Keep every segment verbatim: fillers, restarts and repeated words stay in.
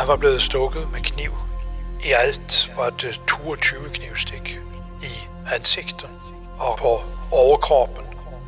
Han var blevet stukket med kniv. I alt var det toogtyve knivstik i ansigtet og på overkroppen.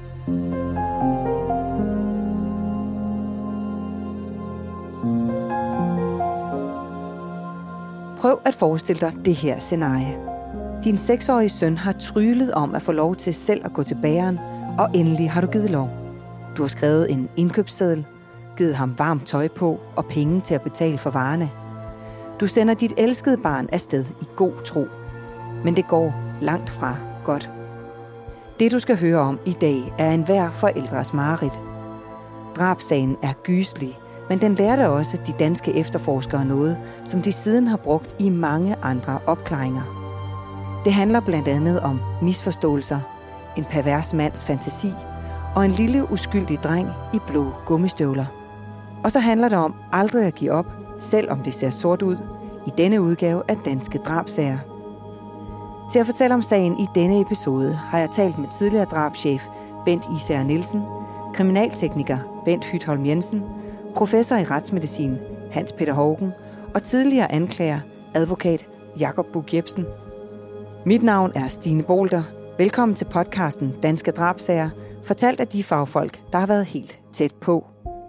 Prøv at forestille dig det her scenarie. Din seksårige søn har tryglet om at få lov til selv at gå til bageren, og endelig har du givet lov. Du har skrevet en indkøbsseddel, givet ham varmt tøj på og penge til at betale for varerne. Du sender dit elskede barn afsted i god tro. Men det går langt fra godt. Det du skal høre om i dag er enhver forældres mareridt. Drabssagen er gyselig, men den lærte også de danske efterforskere noget, som de siden har brugt i mange andre opklaringer. Det handler blandt andet om misforståelser, en pervers mands fantasi og en lille uskyldig dreng i blå gummistøvler. Og så handler det om aldrig at give op, selvom det ser sort ud, i denne udgave af Danske Drabssager. Til at fortælle om sagen i denne episode har jeg talt med tidligere drabschef Bent Isager Nielsen, kriminaltekniker Bent Hytholm Jensen, professor i retsmedicin Hans Peter Haugen og tidligere anklager advokat Jakob Buch Jepsen. Mit navn er Stine Bolter. Velkommen til podcasten Danske Drabssager, fortalt af de fagfolk, der har været helt tæt på.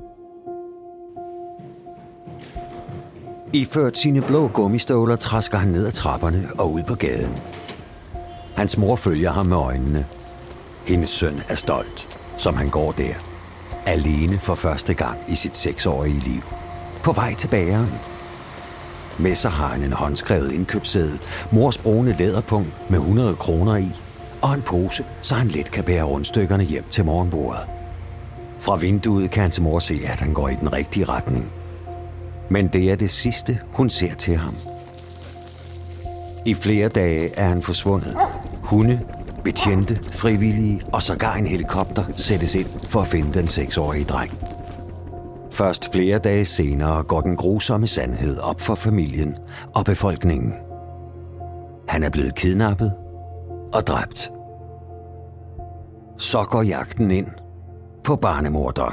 Iført sine blå gummistøvler træsker han ned ad trapperne og ud på gaden. Hans mor følger ham med øjnene. Hendes søn er stolt, som han går der. Alene for første gang i sit seksårige liv. På vej til bageren. Med sig har han en håndskrevet indkøbsseddel, mors brune læderpunkt med hundrede kroner i, og en pose, så han let kan bære rundstykkerne hjem til morgenbordet. Fra vinduet kan hans mor se, at han går i den rigtige retning. Men det er det sidste, hun ser til ham. I flere dage er han forsvundet. Hunde, betjente, frivillige og sågar en helikopter sættes ind for at finde den seksårige dreng. Først flere dage senere går den grusomme sandhed op for familien og befolkningen. Han er blevet kidnappet og dræbt. Så går jagten ind på barnemorderen.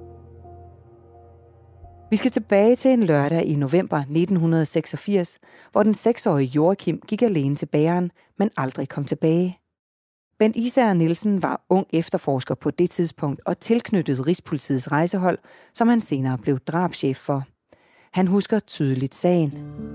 Vi skal tilbage til en lørdag i november nitten seksogfirs, hvor den seksårige Joachim gik alene til bageren, men aldrig kom tilbage. Bent Isager Nielsen var ung efterforsker på det tidspunkt og tilknyttet Rigspolitiets rejsehold, som han senere blev drabschef for. Han husker tydeligt sagen.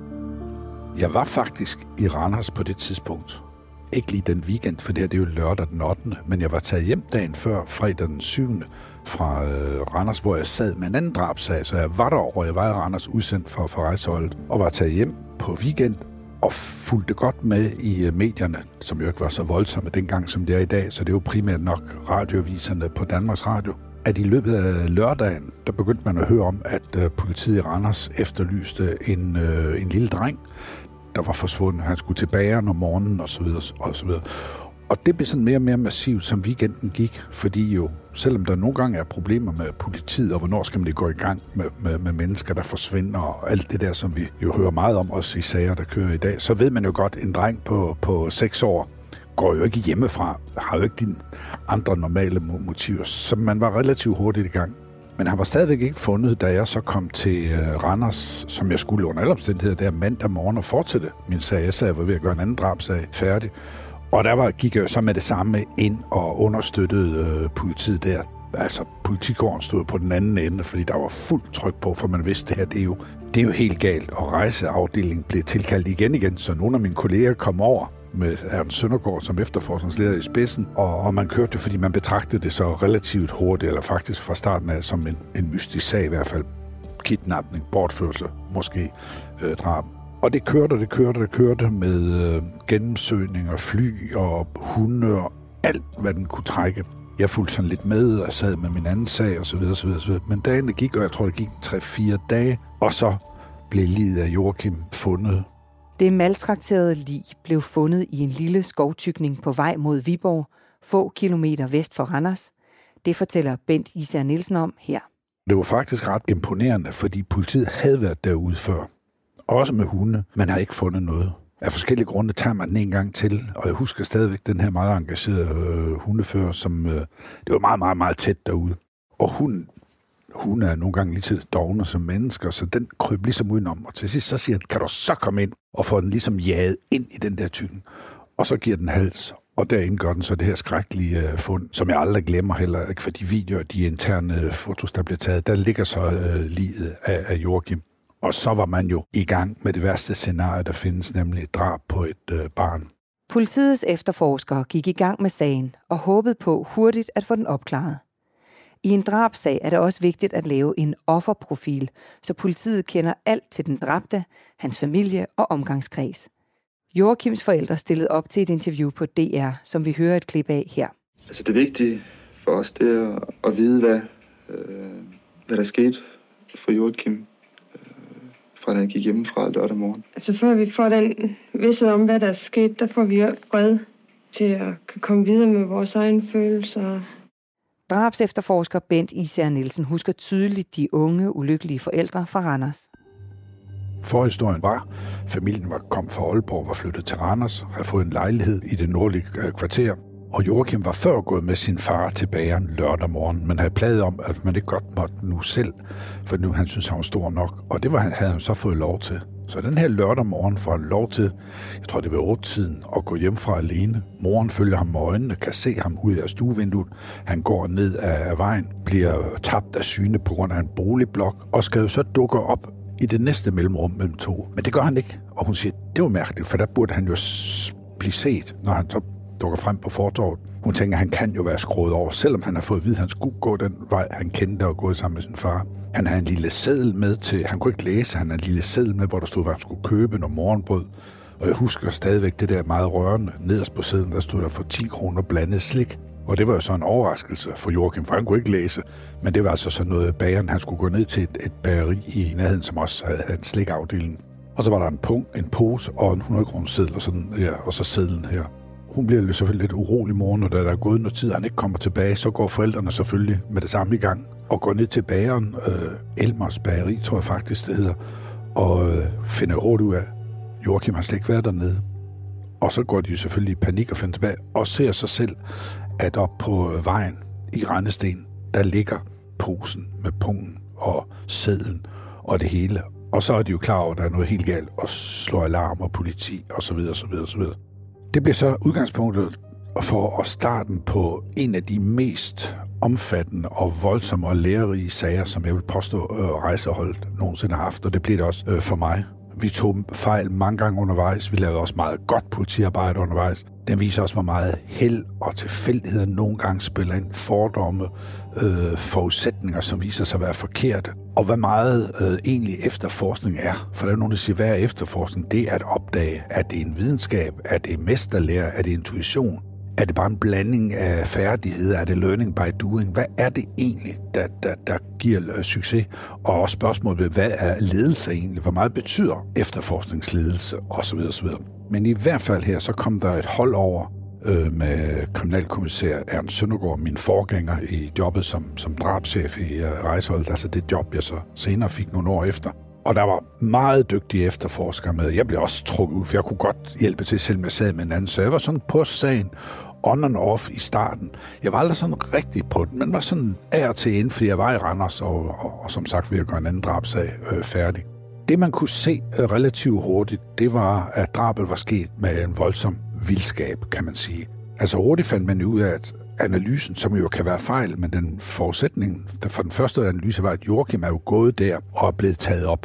Jeg var faktisk i Randers på det tidspunkt. Ikke lige den weekend, for det her det er jo lørdag den ottende Men jeg var taget hjem dagen før, fredag den syvende fra øh, Randers, hvor jeg sad med en anden drabsag. Så jeg var derovre, jeg var i Randers udsendt for, for rejseholdet, og var taget hjem på weekend og fulgte godt med i uh, medierne, som jo ikke var så voldsomme dengang, som det er i dag. Så det er jo primært nok radioviserne på Danmarks Radio. At i løbet af lørdagen, der begyndte man at høre om, at uh, politiet i Randers efterlyste en, uh, en lille dreng, der var forsvundet. Han skulle til bageren om morgenen og så videre og så videre. Og det blev sådan mere og mere massivt, som weekenden gik, fordi jo, selvom der nogle gange er problemer med politiet, og hvornår skal man det gå i gang med, med, med mennesker, der forsvinder, og alt det der, som vi jo hører meget om, også i sager, der kører i dag, så ved man jo godt, at en dreng på, på seks år går jo ikke hjemmefra, har jo ikke de andre normale motiver, så man var relativt hurtigt i gang. Men han var stadigvæk ikke fundet, da jeg så kom til Randers, som jeg skulle under alle omstændigheder, der mandag morgen og fortsætte min sag. Jeg sagde, jeg var ved at gøre en anden drabsag færdig. Og der var, gik jeg så med det samme ind og understøttede øh, politiet der. Altså, politikåren stod på den anden ende, fordi der var fuldt tryk på, for man vidste, det her, det er jo, det er jo helt galt. Og rejseafdelingen blev tilkaldt igen igen, så nogle af mine kolleger kom over med Ernst Søndergaard som efterforskningsleder i spidsen, og, og man kørte det, fordi man betragtede det så relativt hurtigt, eller faktisk fra starten af som en, en mystisk sag i hvert fald. Kidnapning, bortførelse, måske øh, drab. Og det kørte, det kørte, det kørte med øh, gennemsøgninger, fly og hunde og alt, hvad den kunne trække. Jeg fulgte sådan lidt med og sad med min anden sag og så videre, så videre, så videre. Men dagene gik, og jeg tror, det gik tre-fire dage, og så blev liget af Joachim fundet. Det maltrakterede lig blev fundet i en lille skovtykning på vej mod Viborg, få kilometer vest for Randers. Det fortæller Bent Isager Nielsen om her. Det var faktisk ret imponerende, fordi politiet havde været derude før. Også med hunde, men har ikke fundet noget. Af forskellige grunde tager man den en gang til, og jeg husker stadigvæk den her meget engagerede øh, hundefører, som øh, det var meget, meget, meget tæt derude. Og hunden hunde er nogle gange lige til dovne som mennesker, så den kryb ligesom udenom. Og til sidst så siger han, kan du så komme ind og få den ligesom jaget ind i den der tykken. Og så giver den hals, og derinde gør den så det her skrækkelige fund, som jeg aldrig glemmer heller, ikke? For de videoer, de interne fotos, der bliver taget, der ligger så øh, liget af, af Joachim. Og så var man jo i gang med det værste scenarie, der findes, nemlig et drab på et øh, barn. Politiets efterforskere gik i gang med sagen og håbede på hurtigt at få den opklaret. I en drabsag er det også vigtigt at lave en offerprofil, så politiet kender alt til den dræbte, hans familie og omgangskreds. Joachims forældre stillede op til et interview på D R, som vi hører et klip af her. Altså det vigtige for os, det er at vide, hvad, øh, hvad der skete for Joachim, øh, fra da han gik hjemmefra lørdag morgen. Altså før vi får den vidsthed om, hvad der er sket, der får vi fred til at komme videre med vores egne følelser. Drabsefterforsker Bent Især Nielsen husker tydeligt de unge, ulykkelige forældre fra Randers. Forhistorien var, familien var kom fra Aalborg, var flyttet til Randers, havde fået en lejlighed i det nordlige kvarter, og Joachim var før gået med sin far til bageren lørdag morgen, men havde plaget om, at man ikke godt måtte nu selv, for nu han synes han var stor nok, og det var, havde han så fået lov til. Så den her lørdag morgen får han lov til, jeg tror det var otte-tiden, at gå hjem fra alene. Moren følger ham med øjnene, kan se ham ud af stuevinduet. Han går ned af vejen, bliver tabt af syne på grund af en boligblok, og skal jo så dukke op i det næste mellemrum mellem to. Men det gør han ikke, og hun siger, det var mærkeligt, for der burde han jo blive set, når han så dukker frem på fortorvet. Hun tænker, at han kan jo være skruet over, selvom han har fået at vide, at han skulle gå den vej, han kendte og gå sammen med sin far. Han havde en lille seddel med til, han kunne ikke læse, han havde en lille seddel med, hvor der stod, hvad han skulle købe når morgenbrød. Og jeg husker stadigvæk det der meget rørende. Nederst på sedlen, der stod der for ti kroner blandet slik. Og det var jo så en overraskelse for Joachim, for han kunne ikke læse. Men det var altså sådan noget bageren, han skulle gå ned til et, et bageri i nærheden, som også havde, havde en slikafdeling. Og så var der en punkt, en pose og en hundrede kroner seddel, og, sådan, ja, og så sedlen her. Hun bliver selvfølgelig lidt urolig morgen, og da der er gået noget tid, og han ikke kommer tilbage, så går forældrene selvfølgelig med det samme i gang og går ned til bageren, øh, Elmers bageri, tror jeg faktisk det hedder, og øh, finder hurtigt ud af, Joachim har slet ikke været dernede. Og så går de selvfølgelig i panik og finder tilbage, og ser sig selv, at op på vejen i Rendesten, der ligger posen med pungen og sedlen og det hele. Og så er de jo klar over, at der er noget helt galt, og slår alarm og politi osv. osv., osv. Det bliver så udgangspunktet for at starten på en af de mest omfattende og voldsomme og lærerige sager, som jeg vil påstå, at rejseholdet nogensinde har haft, og det bliver det også for mig. Vi tog fejl mange gange undervejs. Vi lavede også meget godt politiarbejde undervejs. Den viser også, hvor meget held og tilfældigheder nogle gange spiller ind. Fordomme, øh, forudsætninger, som viser sig at være forkerte. Og hvad meget øh, egentlig efterforskning er. For der er nogen, der siger, hvad er efterforskning? Det er at opdage, at det er en videnskab, at det er mesterlære, at det er intuition. Er det bare en blanding af færdigheder? Er det learning by doing? Hvad er det egentlig, der, der, der giver øh, succes? Og også spørgsmålet, hvad er ledelse egentlig? Hvor meget betyder efterforskningsledelse? Osv. osv. Men i hvert fald her, så kom der et hold over øh, med kriminalkommissær Ernst Søndergaard, min forgænger i jobbet som, som drabschef i øh, rejseholdet. Altså det job, jeg så senere fik nogle år efter. Og der var meget dygtige efterforskere med. Jeg blev også trukket ud, for jeg kunne godt hjælpe til, selvom jeg sad med en anden. Så jeg var sådan på sagen, on and off i starten. Jeg var aldrig sådan rigtig på den, men var sådan af og til inden, fordi jeg var i Randers, og, og, og som sagt, ved at gøre en anden drabsag øh, færdig. Det, man kunne se øh, relativt hurtigt, det var, at drabet var sket med en voldsom vildskab, kan man sige. Altså hurtigt fandt man ud af, at analysen, som jo kan være fejl, men den forudsætning for den første analyse var, at Joachim er jo gået der og er blevet taget op.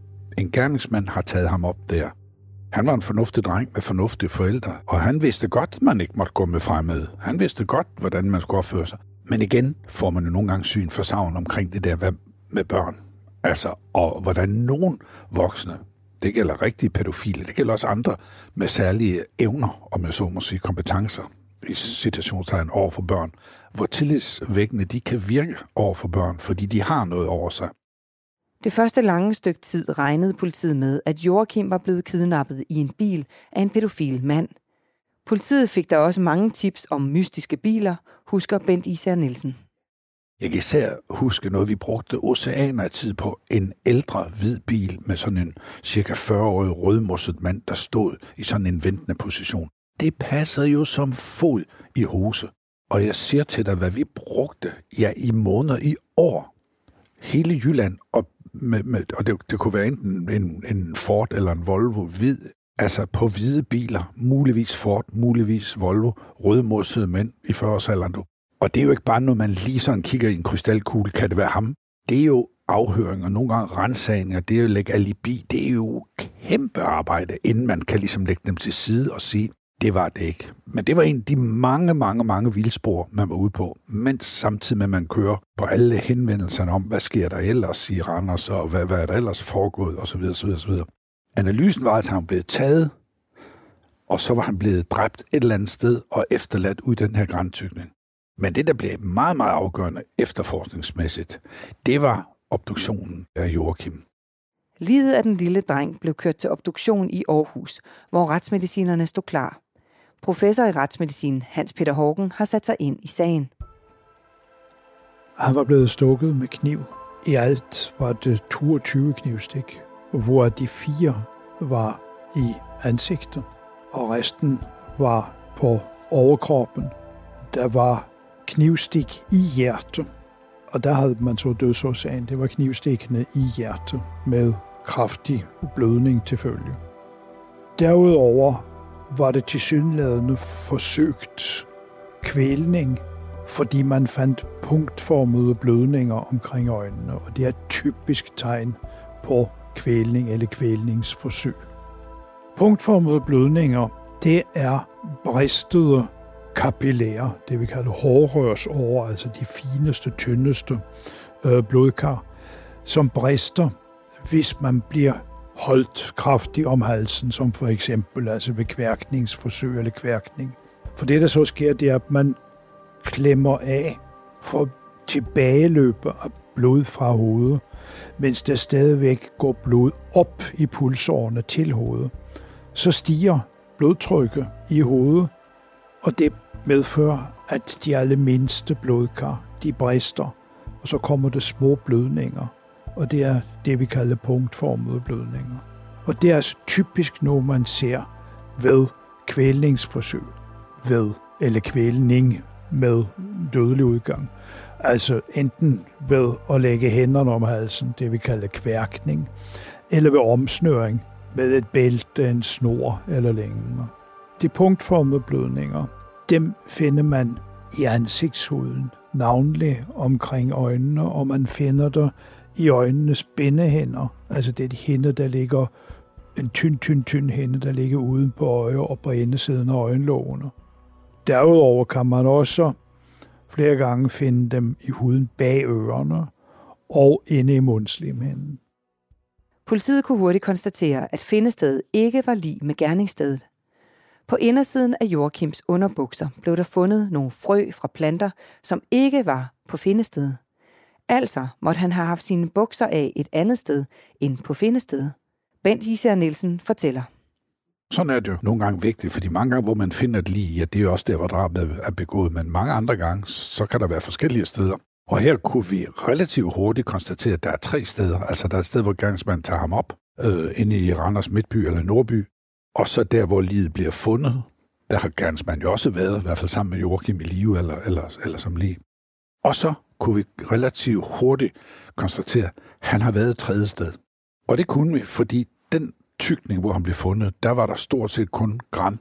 En gerningsmand har taget ham op der. Han var en fornuftig dreng med fornuftige forældre, og han vidste godt, at man ikke måtte gå med fremmede. Han vidste godt, hvordan man skulle opføre sig. Men igen får man jo nogle gange syn for savn omkring det der med børn. Altså, og hvordan nogen voksne, det gælder rigtige pædofile, det gælder også andre med særlige evner og med så må sige kompetencer i situationstegn over for børn, hvor tillidsvækkende de kan virke over for børn, fordi de har noget over sig. Det første lange stykke tid regnede politiet med, at Joachim var blevet kidnappet i en bil af en pædofil mand. Politiet fik der også mange tips om mystiske biler, husker Bent Især Nielsen. Jeg kan især huske noget, vi brugte oceaner af tid på. En ældre hvid bil med sådan en cirka fyrre-årig rødmosset mand, der stod i sådan en ventende position. Det passede jo som fod i hose. Og jeg siger til dig, hvad vi brugte ja, i måneder, i år, hele Jylland, og, med, med, og det, det kunne være enten en, en Ford eller en Volvo hvid, altså på hvide biler, muligvis Ford, muligvis Volvo, rødmodsede mænd i fyrre-årsalderen. Og det er jo ikke bare, når man lige sådan kigger i en krystalkugle, kan det være ham? Det er jo afhøringer, nogle gange ransagninger, det er jo at lægge alibi, det er jo kæmpe arbejde, inden man kan ligesom lægge dem til side og sige, det var det ikke. Men det var en af de mange, mange, mange vildspor, man var ude på, mens samtidig med, at man kører på alle henvendelserne om, hvad sker der ellers i Randers, og hvad, hvad er der ellers foregået, osv. osv., osv. Analysen var, at han blev taget, og så var han blevet dræbt et eller andet sted og efterladt ud den her græntykning. Men det, der blev meget, meget afgørende efterforskningsmæssigt, det var obduktionen af Joachim. Liget af den lille dreng blev kørt til obduktion i Aarhus, hvor retsmedicinerne stod klar. Professor i retsmedicin Hans Peter Horgen har sat sig ind i sagen. Han var blevet stukket med kniv. I alt var det toogtyve knivstik, hvor de fire var i ansigtet, og resten var på overkroppen. Der var knivstik i hjertet, og der havde man så dødsårsagen. Det var knivstikkene i hjertet med kraftig blødning til følge. Derudover var det tilsyneladende forsøgt kvælning, fordi man fandt punktformede blødninger omkring øjnene, og det er et typisk tegn på kvælning eller kvælningsforsøg. Punktformede blødninger, det er bristede kapillærer, det vi kalder hårrørsårer, altså de fineste, tyndeste øh, blodkar, som brister, hvis man bliver holdt kraftigt om halsen, som for eksempel altså ved kværkningsforsøg eller kværkning. For det, der så sker, det er, at man klemmer af for tilbageløbe af blod fra hovedet, mens der stadigvæk går blod op i pulsårene til hovedet. Så stiger blodtrykket i hovedet, og det medfører, at de allermindste blodkar, de brister, og så kommer der små blødninger, og det er det, vi kalder punktformede blødninger. Og det er altså typisk noget, man ser ved kvælningsforsøg, ved, eller kvælning med dødelig udgang. Altså enten ved at lægge hænderne om halsen, det vi kalder kværkning, eller ved omsnøring med et bælte, en snor eller lignende. De punktformede blødninger, dem finder man i ansigtshuden, navnlig omkring øjnene, og man finder der i øjnenes bindehinder, altså det er de hinder, der ligger, en tynd, tynd, tynd hinde, der ligger uden på øje og på indersiden af øjenlågene. Derudover kan man også flere gange finde dem i huden bag ørerne og inde i mundslimhinden. Politiet kunne hurtigt konstatere, at findestedet ikke var lig med gerningsstedet. På indersiden af Joachims underbukser blev der fundet nogle frø fra planter, som ikke var på findestedet. Altså måtte han have haft sine bukser af et andet sted end på findestedet. Bent Især Nielsen fortæller. Sådan er det jo nogle gange vigtigt, fordi mange gange, hvor man finder et lig, ja, det er jo også der, hvor drabet er begået, men mange andre gange, så kan der være forskellige steder. Og her kunne vi relativt hurtigt konstatere, at der er tre steder. Altså, der er et sted, hvor gerningsmanden tager ham op, øh, inde i Randers Midtby eller Nordby, og så der, hvor liget bliver fundet, der har gerningsmanden jo også været, i hvert fald sammen med Joachim i live eller, eller, eller som lig. Og så kunne vi relativt hurtigt konstatere, at han har været et tredje sted. Og det kunne vi, fordi den tykning, hvor han blev fundet, der var der stort set kun gran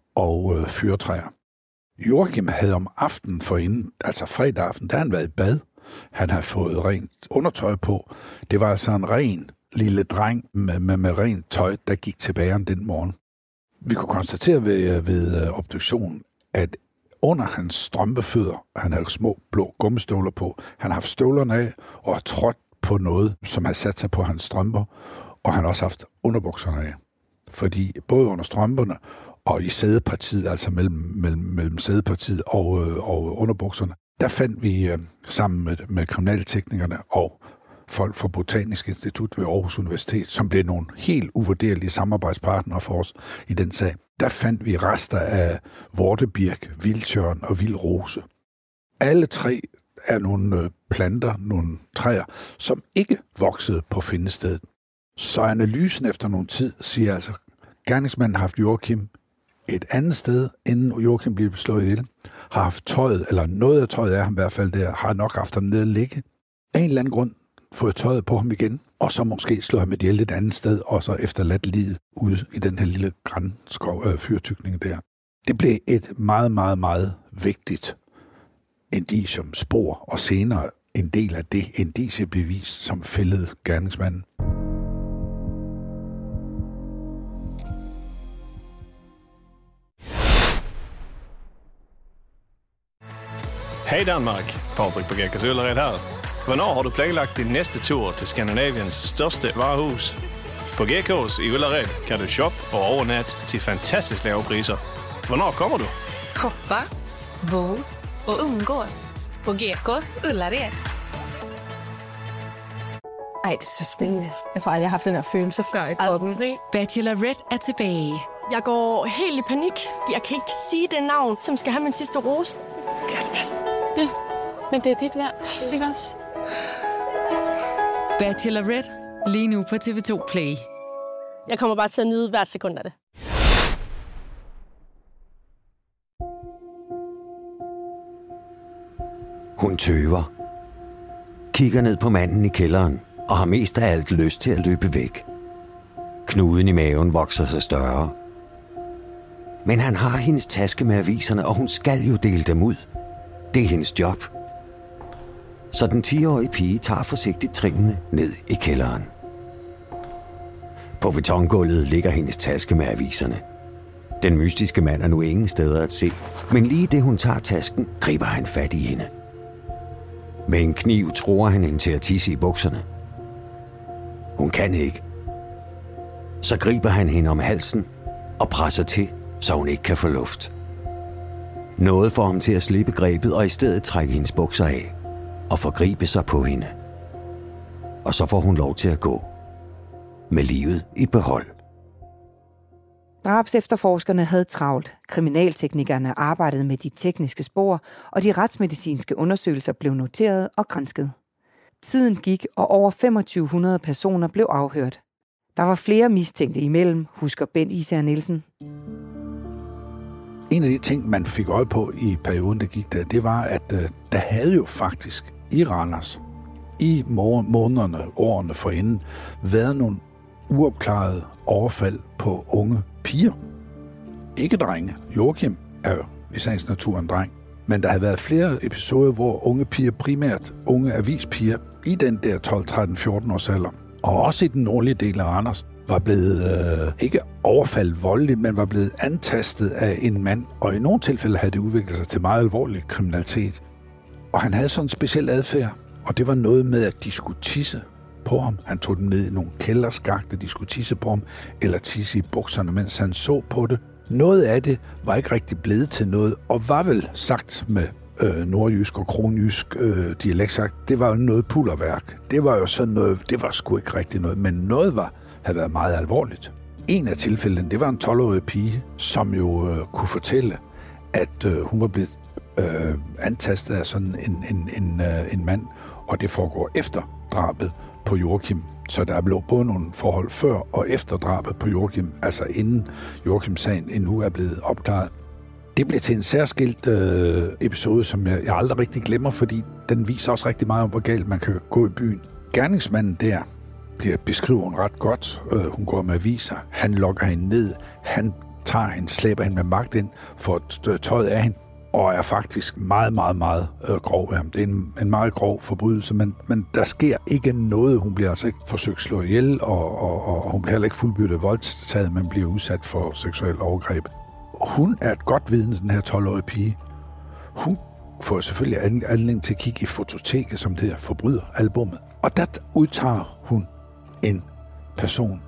og øh, fyrretræer. Joachim havde om aftenen forinden, altså fredag aften, der han været i bad. Han havde fået rent undertøj på. Det var altså en ren lille dreng med, med, med rent tøj, der gik til bageren den morgen. Vi kunne konstatere ved, ved obduktionen, at under hans strømpefødder, han havde små blå gummistøvler på, han har haft støvlerne af og har trådt på noget, som har sat sig på hans strømper, og han har også haft underbukserne af. Fordi både under strømperne og i sædepartiet, altså mellem, mellem, mellem sædepartiet og, og underbukserne, der fandt vi sammen med, med kriminalteknikerne og folk fra Botanisk Institut ved Aarhus Universitet, som blev nogle helt uvurderlige samarbejdspartnere for os i den sag. Der fandt vi rester af vortebirk, vildtjørn og vildrose. Alle tre er nogle planter, nogle træer, som ikke voksede på findestedet. Så analysen efter nogle tid siger altså, gerningsmanden har haft Joachim et andet sted, inden Joachim blev slået ihjel, har haft tøjet, eller noget af tøjet af ham i hvert fald der, har nok haft ham nede at ligge. Af en eller anden grund fået tøjet på ham igen, og så måske slå ham ihjel et andet sted, og så efterladt livet ude i den her lille grænskov øh, fyrtykning der. Det blev et meget, meget, meget vigtigt indicium spor, og senere en del af det indiciebevis, som fældede gerningsmanden. Hej Danmark, Patrick på Gekkas Ullared her. Hvornår har du planlagt din næste tur til Skandinaviens største varehus? På Gekkas i Ullared kan du shoppe og overnatte til fantastisk lave priser. Hvornår kommer du? Shoppa, bo och umgås på Gekkas Ullared. Ej, det er så spændende. Jeg tror aldrig, jeg har haft den her følelse før i kroppen. Bachelorette er tilbage. Jeg går helt i panik. Jeg kan ikke sige det navn, som skal have min sidste rose. Ja, men det er dit værd, ikke også? Bachelorette, lige nu på T V to Play. Jeg kommer bare til at nyde hvert sekund af det. Hun tøver, kigger ned på manden i kælderen og har mest af alt lyst til at løbe væk. Knuden i maven vokser sig større. Men han har hendes taske med aviserne, og hun skal jo dele dem ud. Det er hendes job. Så den ti-årige pige tager forsigtigt trinene ned i kælderen. På betongulvet ligger hendes taske med aviserne. Den mystiske mand er nu ingen steder at se, men lige det hun tager tasken, griber han fat i hende. Med en kniv tror han hende til at tisse i bukserne. Hun kan ikke. Så griber han hende om halsen og presser til, så hun ikke kan få luft. Noget får ham til at slippe grebet og i stedet trække hendes bukser af og forgribe sig på hende. Og så får hun lov til at gå med livet i behold. Drabsefterforskerne havde travlt. Kriminalteknikerne arbejdede med de tekniske spor, og de retsmedicinske undersøgelser blev noteret og gransket. Tiden gik, og over to tusind fem hundrede personer blev afhørt. Der var flere mistænkte imellem, husker Bent Isager Nielsen. En af de ting, man fik øje på i perioden, der gik der, det var, at uh, der havde jo faktisk i Randers, i månederne, årene forinden, været nogle uopklarede overfald på unge piger. Ikke drenge. Joachim er jo i sagens natur en dreng. Men der har været flere episoder, hvor unge piger, primært unge avispiger, i den der tolv, tretten, fjorten års alder, og også i den nordlige del af Randers, var blevet øh, ikke overfaldet voldeligt, men var blevet antastet af en mand, og i nogle tilfælde havde det udviklet sig til meget alvorlig kriminalitet. Og han havde sådan en speciel adfærd, og det var noget med, at de skulle tisse på ham. Han tog dem ned i nogle kælderskakte, de skulle tisse på ham, eller tisse i bukserne, mens han så på det. Noget af det var ikke rigtig blevet til noget, og var vel sagt med øh, nordjysk og kronjysk øh, dialekt sagt, det var jo noget pullerværk. Det var jo sådan noget, det var sgu ikke rigtig noget, men noget var, havde været meget alvorligt. En af tilfældene, det var en tolv-årig pige, som jo øh, kunne fortælle, at øh, hun var blevet øh, antastet af sådan en, en, en, øh, en mand, og det foregår efter drabet på Joachim. Så der er blevet både nogle forhold før og efter drabet på Joachim, altså inden Joachim-sagen endnu er blevet opklaret. Det blev til en særskilt øh, episode, som jeg, jeg aldrig rigtig glemmer, fordi den viser også rigtig meget om, hvor galt man kan gå i byen. Gerningsmanden der bliver beskriver hun ret godt. Øh, hun går med aviser. Han lokker hende ned. Han tager hende, slæber hende med magt ind for at tøjet af hende, og er faktisk meget, meget, meget øh, grov ved ham. Det er en, en meget grov forbrydelse, men, men der sker ikke noget. Hun bliver altså ikke forsøgt slået ihjel, og, og, og hun bliver heller ikke fuldbyrdet voldtaget, men bliver udsat for seksuel overgreb. Hun er et godt vidne, den her tolv-årige pige. Hun får selvfølgelig anledning til at kigge i fototeket, som det her forbryderalbummet. Og der udtager hun en person.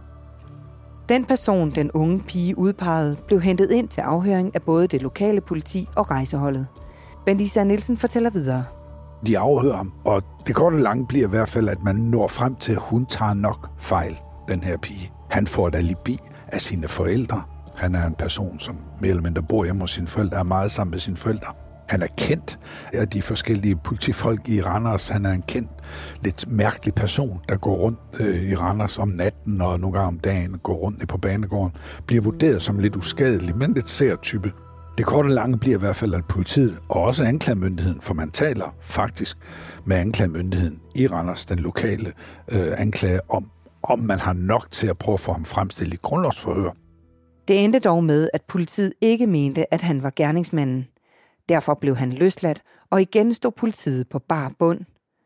Den person, den unge pige udpegede, blev hentet ind til afhøring af både det lokale politi og rejseholdet. Bent Isager Nielsen fortæller videre. De afhører ham, og det korte og lange bliver i hvert fald, at man når frem til, at hun tager nok fejl, den her pige. Han får et alibi af sine forældre. Han er en person, som mere eller mindre bor hjemme hos sine forældre, er meget sammen med sine forældre. Han er kendt af de forskellige politifolk i Randers. Han er en kendt, lidt mærkelig person, der går rundt øh, i Randers om natten og nogle gange om dagen, går rundt på banegården. Bliver vurderet som lidt uskadelig, men lidt sær type. Det korte og lange bliver i hvert fald, at politiet og også anklagemyndigheden, for man taler faktisk med anklagemyndigheden i Randers, den lokale øh, anklage, om, om man har nok til at prøve at få ham fremstillet i grundlovsforhør. Det endte dog med, at politiet ikke mente, at han var gerningsmanden. Derfor blev han løsladt, og igen stod politiet på bar bund.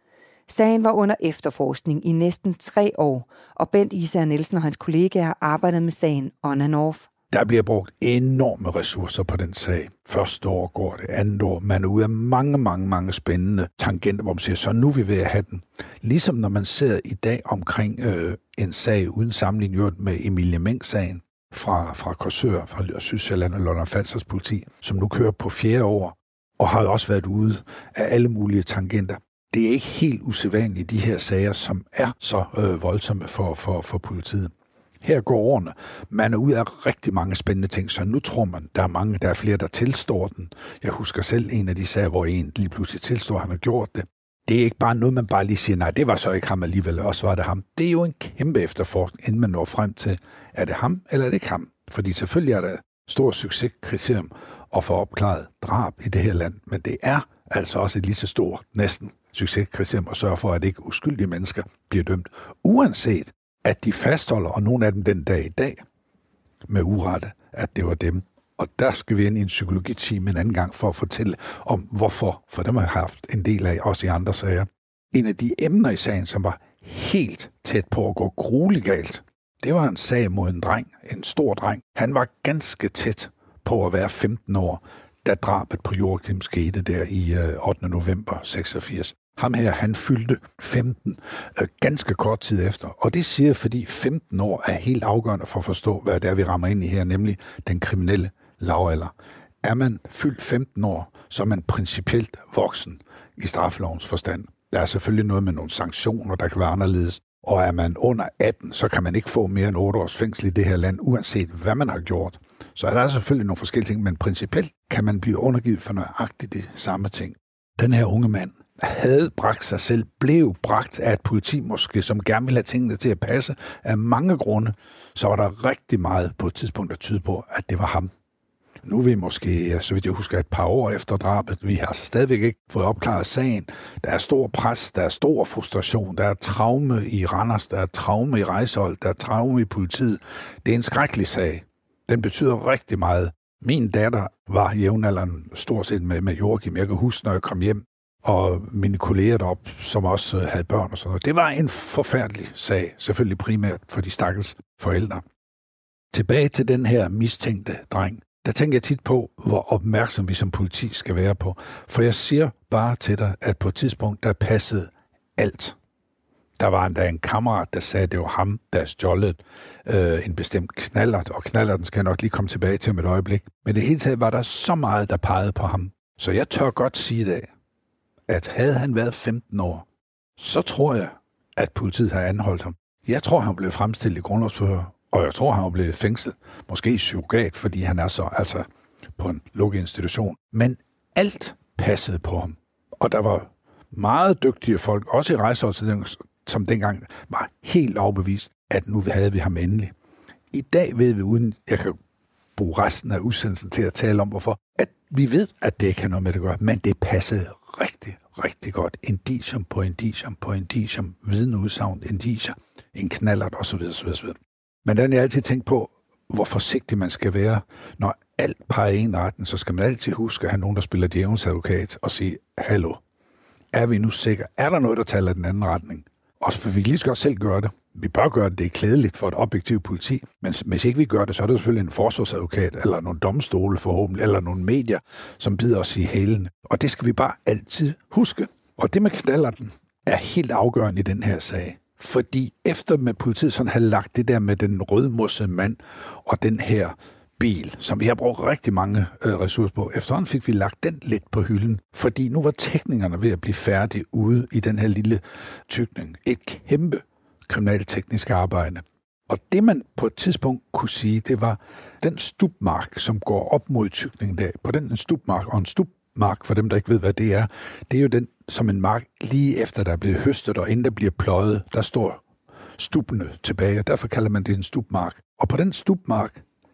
Sagen var under efterforskning i næsten tre år, og Bent Isager Nielsen og hans kollegaer arbejdede med sagen on and off. Der bliver brugt enorme ressourcer på den sag. Første år går det, andet år. Man er ude af mange, mange, mange spændende tangenter, hvor man siger, så nu er vi ved at have den. Ligesom når man sidder i dag omkring øh, en sag uden sammenligning med Emilie Meng-sagen fra, fra Korsør, fra Sydsjælland og Lolland-Falsters politi, som nu kører på fjerde år, og har også været ude af alle mulige tangenter. Det er ikke helt usædvanligt, de her sager, som er så øh, voldsomme for, for, for politiet. Her går årene. Man er ude af rigtig mange spændende ting, så nu tror man, der er mange, der er flere, der tilstår den. Jeg husker selv en af de sager, hvor en lige pludselig tilstår, at han har gjort det. Det er ikke bare noget, man bare lige siger, nej, det var så ikke ham alligevel, også var det ham. Det er jo en kæmpe efterforskning, inden man når frem til, er det ham, eller er det ikke ham? Fordi selvfølgelig er der stor succeskriterium at få opklaret drab i det her land, men det er altså også et lige så stort, næsten succeskriterium at sørge for, at ikke uskyldige mennesker bliver dømt, uanset at de fastholder, og nogle af dem den dag i dag, med urette, at det var dem. Og der skal vi ind i en psykologitime en anden gang for at fortælle om, hvorfor, for dem har jeg haft en del af, også i andre sager. En af de emner i sagen, som var helt tæt på at gå grueligt galt, det var en sag mod en dreng, en stor dreng. Han var ganske tæt på at være femten år, da drabet på Joachim skete der i ottende november seksogfirs. Ham her, han fyldte femten øh, ganske kort tid efter. Og det siger, fordi femten år er helt afgørende for at forstå, hvad det er, vi rammer ind i her, nemlig den kriminelle lavalder. Er man fyldt femten år, så er man principielt voksen i straffelovens forstand. Der er selvfølgelig noget med nogle sanktioner, der kan være anderledes. Og er man under atten, så kan man ikke få mere end otte års fængsel i det her land, uanset hvad man har gjort. Så er der selvfølgelig nogle forskellige ting, men principielt kan man blive undergivet for nøjagtigt de samme ting. Den her unge mand havde bragt sig selv, blev bragt af et politi måske, som gerne ville have tingene til at passe af mange grunde, så var der rigtig meget på et tidspunkt, der tyder på, at det var ham. Nu er vi måske, så vidt jeg husker, et par år efter drabet. Vi har altså stadigvæk ikke fået opklaret sagen. Der er stor pres, der er stor frustration, der er traume i Randers, der er traume i Rejsehold, der er traume i politiet. Det er en skrækkelig sag. Den betyder rigtig meget. Min datter var jævnaldrende stort set med, med Joachim. Jeg kan huske, når jeg kom hjem, og mine kolleger deroppe, som også havde børn og sådan noget. Det var en forfærdelig sag, selvfølgelig primært for de stakkels forældre. Tilbage til den her mistænkte dreng. Der tænker jeg tit på, hvor opmærksom vi som politi skal være på. For jeg siger bare til dig, at på et tidspunkt, der passede alt. Der var endda en kammerat, der sagde, at det var ham, der stjålet øh, en bestemt knallert, og knallerten skal jeg nok lige komme tilbage til om et øjeblik. Men det hele taget var der så meget, der pegede på ham. Så jeg tør godt sige i dag, at havde han været femten år, så tror jeg, at politiet har anholdt ham. Jeg tror, han blev fremstillet i grundlovsforhør, og jeg tror, han blev fængslet. Måske i surrogat, fordi han er så altså på en lukket institution. Men alt passede på ham. Og der var meget dygtige folk, også i Rejsehold, som dengang var helt overbevist, at nu havde vi ham endelig. I dag ved vi, uden jeg kan bruge resten af udsendelsen til at tale om, hvorfor, at vi ved, at det ikke har noget med det at gøre, men det passede rigtig, rigtig godt. Indicium på indicium på indicium, vidneudsagn, indicier, en knallert osv. osv., osv. Men der er jeg altid tænkt på, hvor forsigtig man skal være. Når alt peger i en retning, så skal man altid huske at have nogen, der spiller djævelens advokat og sige, hallo, er vi nu sikre? Er der noget, der taler i den anden retning? Også for vi kan lige så godt selv gøre det. Vi bør gøre det, det er klædeligt for et objektivt politi, men hvis ikke vi gør det, så er det selvfølgelig en forsvarsadvokat, eller nogle domstole forhåbentlig, eller nogle medier, som bider os i hælene. Og det skal vi bare altid huske. Og det med knallerten er helt afgørende i den her sag. Fordi efter med politiet sådan havde lagt det der med den rødmossede mand og den her bil, som vi har brugt rigtig mange øh, ressourcer på, efterhånden fik vi lagt den lidt på hylden. Fordi nu var teknikerne ved at blive færdige ude i den her lille tykning. Et kæmpe kriminalteknisk arbejde. Og det man på et tidspunkt kunne sige, det var den stubmark, som går op mod tykningen der. På den en stubmark, og en stubmark, for dem der ikke ved, hvad det er, det er jo den som en mark lige efter der er blevet høstet, og inden der bliver pløjet, der står stubene tilbage, og derfor kalder man det en stubmark. Og på den stubmark,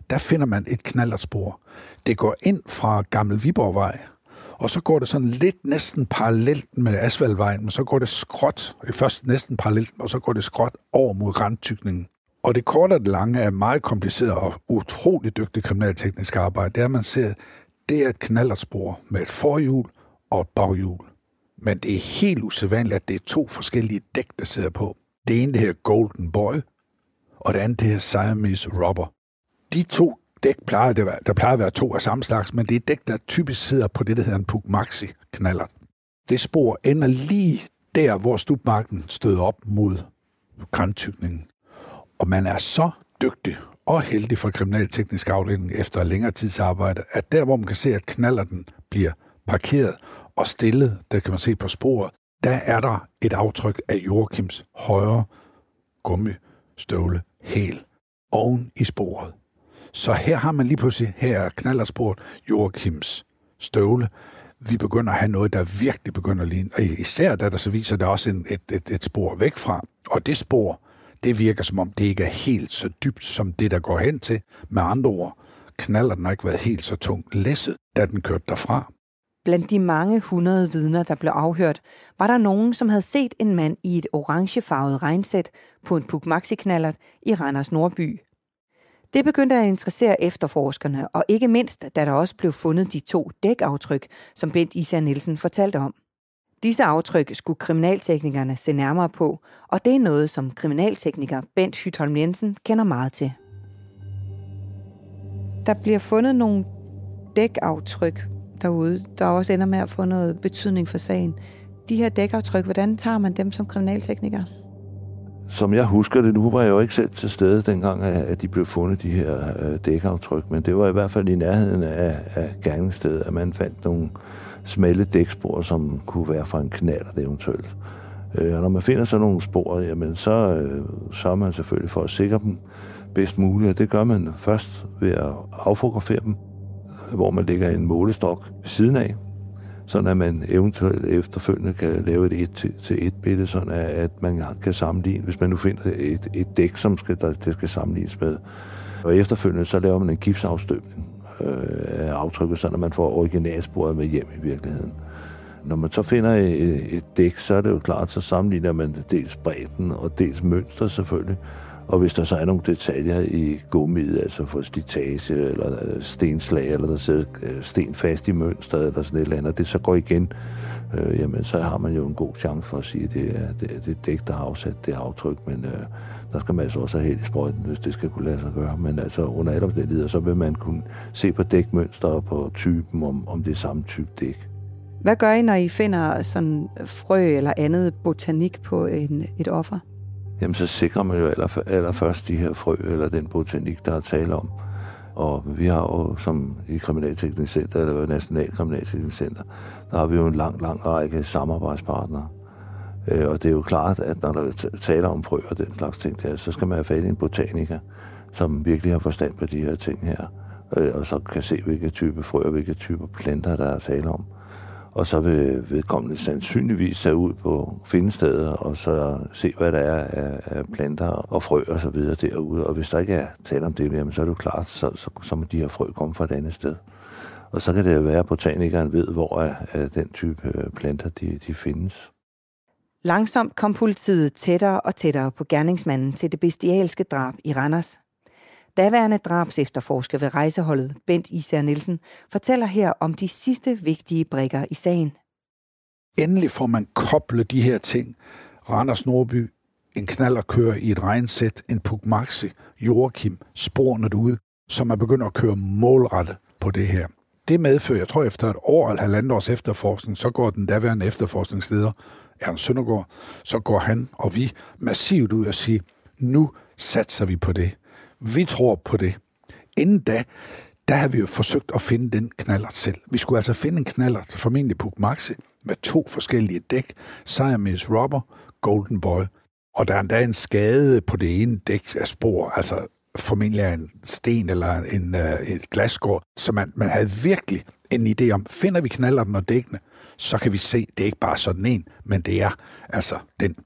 der finder man et knallertspor. Det går ind fra Gammel Viborgvej, og så går det sådan lidt næsten parallelt med Asfaltvejen, men så går det skråt, først næsten parallelt, og så går det skråt over mod randtykningen. Og det korte og det lange er meget kompliceret og utroligt dygtigt kriminalteknisk arbejde. Det er, man ser, det er et knallertspor med et forhjul og et baghjul. Men det er helt usædvanligt, at det er to forskellige dæk, der sidder på. Det ene, det her Golden Boy, og det andet, det her Siamese Rubber. De to dæk plejer, det være, der plejer at være to af samme slags, men det er dæk, der typisk sidder på det, der hedder en Puch Maxi knallert. Det spor ender lige der, hvor stupmarken støder op mod grantykningen. Og man er så dygtig og heldig for kriminalteknisk afdeling efter længere tids arbejde, at der, hvor man kan se, at knallerten bliver parkeret og stillet, der kan man se på sporet, der er der et aftryk af Joachims højre gummistøvle hæl oven i sporet. Så her har man lige pludselig, her er knallertsporet, Joachims støvle. Vi begynder at have noget, der virkelig begynder at ligne. Og især da der så viser det også en, et, et, et spor væk fra. Og det spor, det virker som om, det ikke er helt så dybt, som det, der går hen til. Med andre ord, knallerten har ikke været helt så tung læsset, da den kørte derfra. Blandt de mange hundrede vidner, der blev afhørt, var der nogen, som havde set en mand i et orangefarvet regnsæt på en Puch Maxi-knallert i Randers Nordby. Det begyndte at interessere efterforskerne, og ikke mindst, da der også blev fundet de to dækaftryk, som Bent Især Nielsen fortalte om. Disse aftryk skulle kriminalteknikerne se nærmere på, og det er noget, som kriminaltekniker Bent Hytholm Jensen kender meget til. Der bliver fundet nogle dækaftryk derude, der også ender med at få noget betydning for sagen. De her dækaftryk, hvordan tager man dem som kriminaltekniker? Som jeg husker det, nu var jeg jo ikke selv til stede dengang, at de blev fundet, de her dækaftryk, men det var i hvert fald i nærheden af, af gerningsstedet, at man fandt nogle smalle dækspor, som kunne være fra en knallert eventuelt. Og når man finder sådan nogle spor, jamen så, så er man selvfølgelig for at sikre dem bedst muligt, og det gør man først ved at affotografere dem, hvor man lægger en målestok ved siden af, sådan at man eventuelt efterfølgende kan lave et et til et billede, sådan at man kan sammenligne, hvis man nu finder et, et dæk, som skal, der, det skal sammenlignes med. Og efterfølgende så laver man en gipsafstøbning øh, af aftrykket, sådan at man får originalsporet med hjem i virkeligheden. Når man så finder et, et dæk, så er det jo klart, så sammenligner man dels bredden og dels mønster selvfølgelig. Og hvis der så er nogle detaljer i gummiet, altså for slitage eller stenslag, eller der sidder sten fast i mønstret eller sådan et eller andet, det så går igen, øh, jamen så har man jo en god chance for at sige, at det er det, det dæk, der har afsat det aftryk, men øh, der skal man altså også have held i sprøjten, hvis det skal kunne lade sig gøre. Men altså under alle omstændigheder, så vil man kunne se på dækmønster og på typen, om, om det er samme type dæk. Hvad gør I, når I finder sådan frø eller andet botanik på en, et offer? Jamen, så sikrer man jo aller, allerførst de her frø, eller den botanik, der er tale om. Og vi har jo, som i Kriminalteknisk Center, eller National Kriminalteknisk Center, der har vi jo en lang, lang række samarbejdspartnere. Og det er jo klart, at når der taler om frø og den slags ting der, så skal man have fat i en botaniker, som virkelig har forstand på de her ting her. Og så kan se, hvilke type frø og hvilke typer planter, der er tale om. Og så vil vedkommende sandsynligvis tage ud på findesteder, og så se, hvad der er af, af planter og frø og så videre derude. Og hvis der ikke er tale om det, jamen, så er det jo klart, så, så, så må de her frø komme fra et andet sted. Og så kan det jo være, at botanikeren ved, hvor af, af den type planter de, de findes. Langsomt kom politiet tættere og tættere på gerningsmanden til det bestialske drab i Randers. Daværende drabsefterforsker ved rejseholdet, Bent Især Nielsen, fortæller her om de sidste vigtige brikker i sagen. Endelig får man koblet de her ting. Randers Nordby, en knallert kører i et regnsæt, en Puch Maxi, Joachim, sporene derude, som er begyndt at køre målrettet på det her. Det medfører, jeg tror efter et år eller halvandet års efterforskning, så går den daværende efterforskningsleder, Ernst Søndergaard, så går han og vi massivt ud og siger, nu satser vi på det. Vi tror på det. Inden da, der har vi jo forsøgt at finde den knallert selv. Vi skulle altså finde en knallert, formentlig Puch Maxi, med to forskellige dæk, Siamese Rubber, Golden Boy. Og der er endda en skade på det ene dæk af spor, altså formentlig af en sten eller en, uh, et glasskår. Så man, man havde virkelig en idé om, finder vi knallerten og dækkene, så kan vi se, det er ikke bare sådan en, men det er altså den.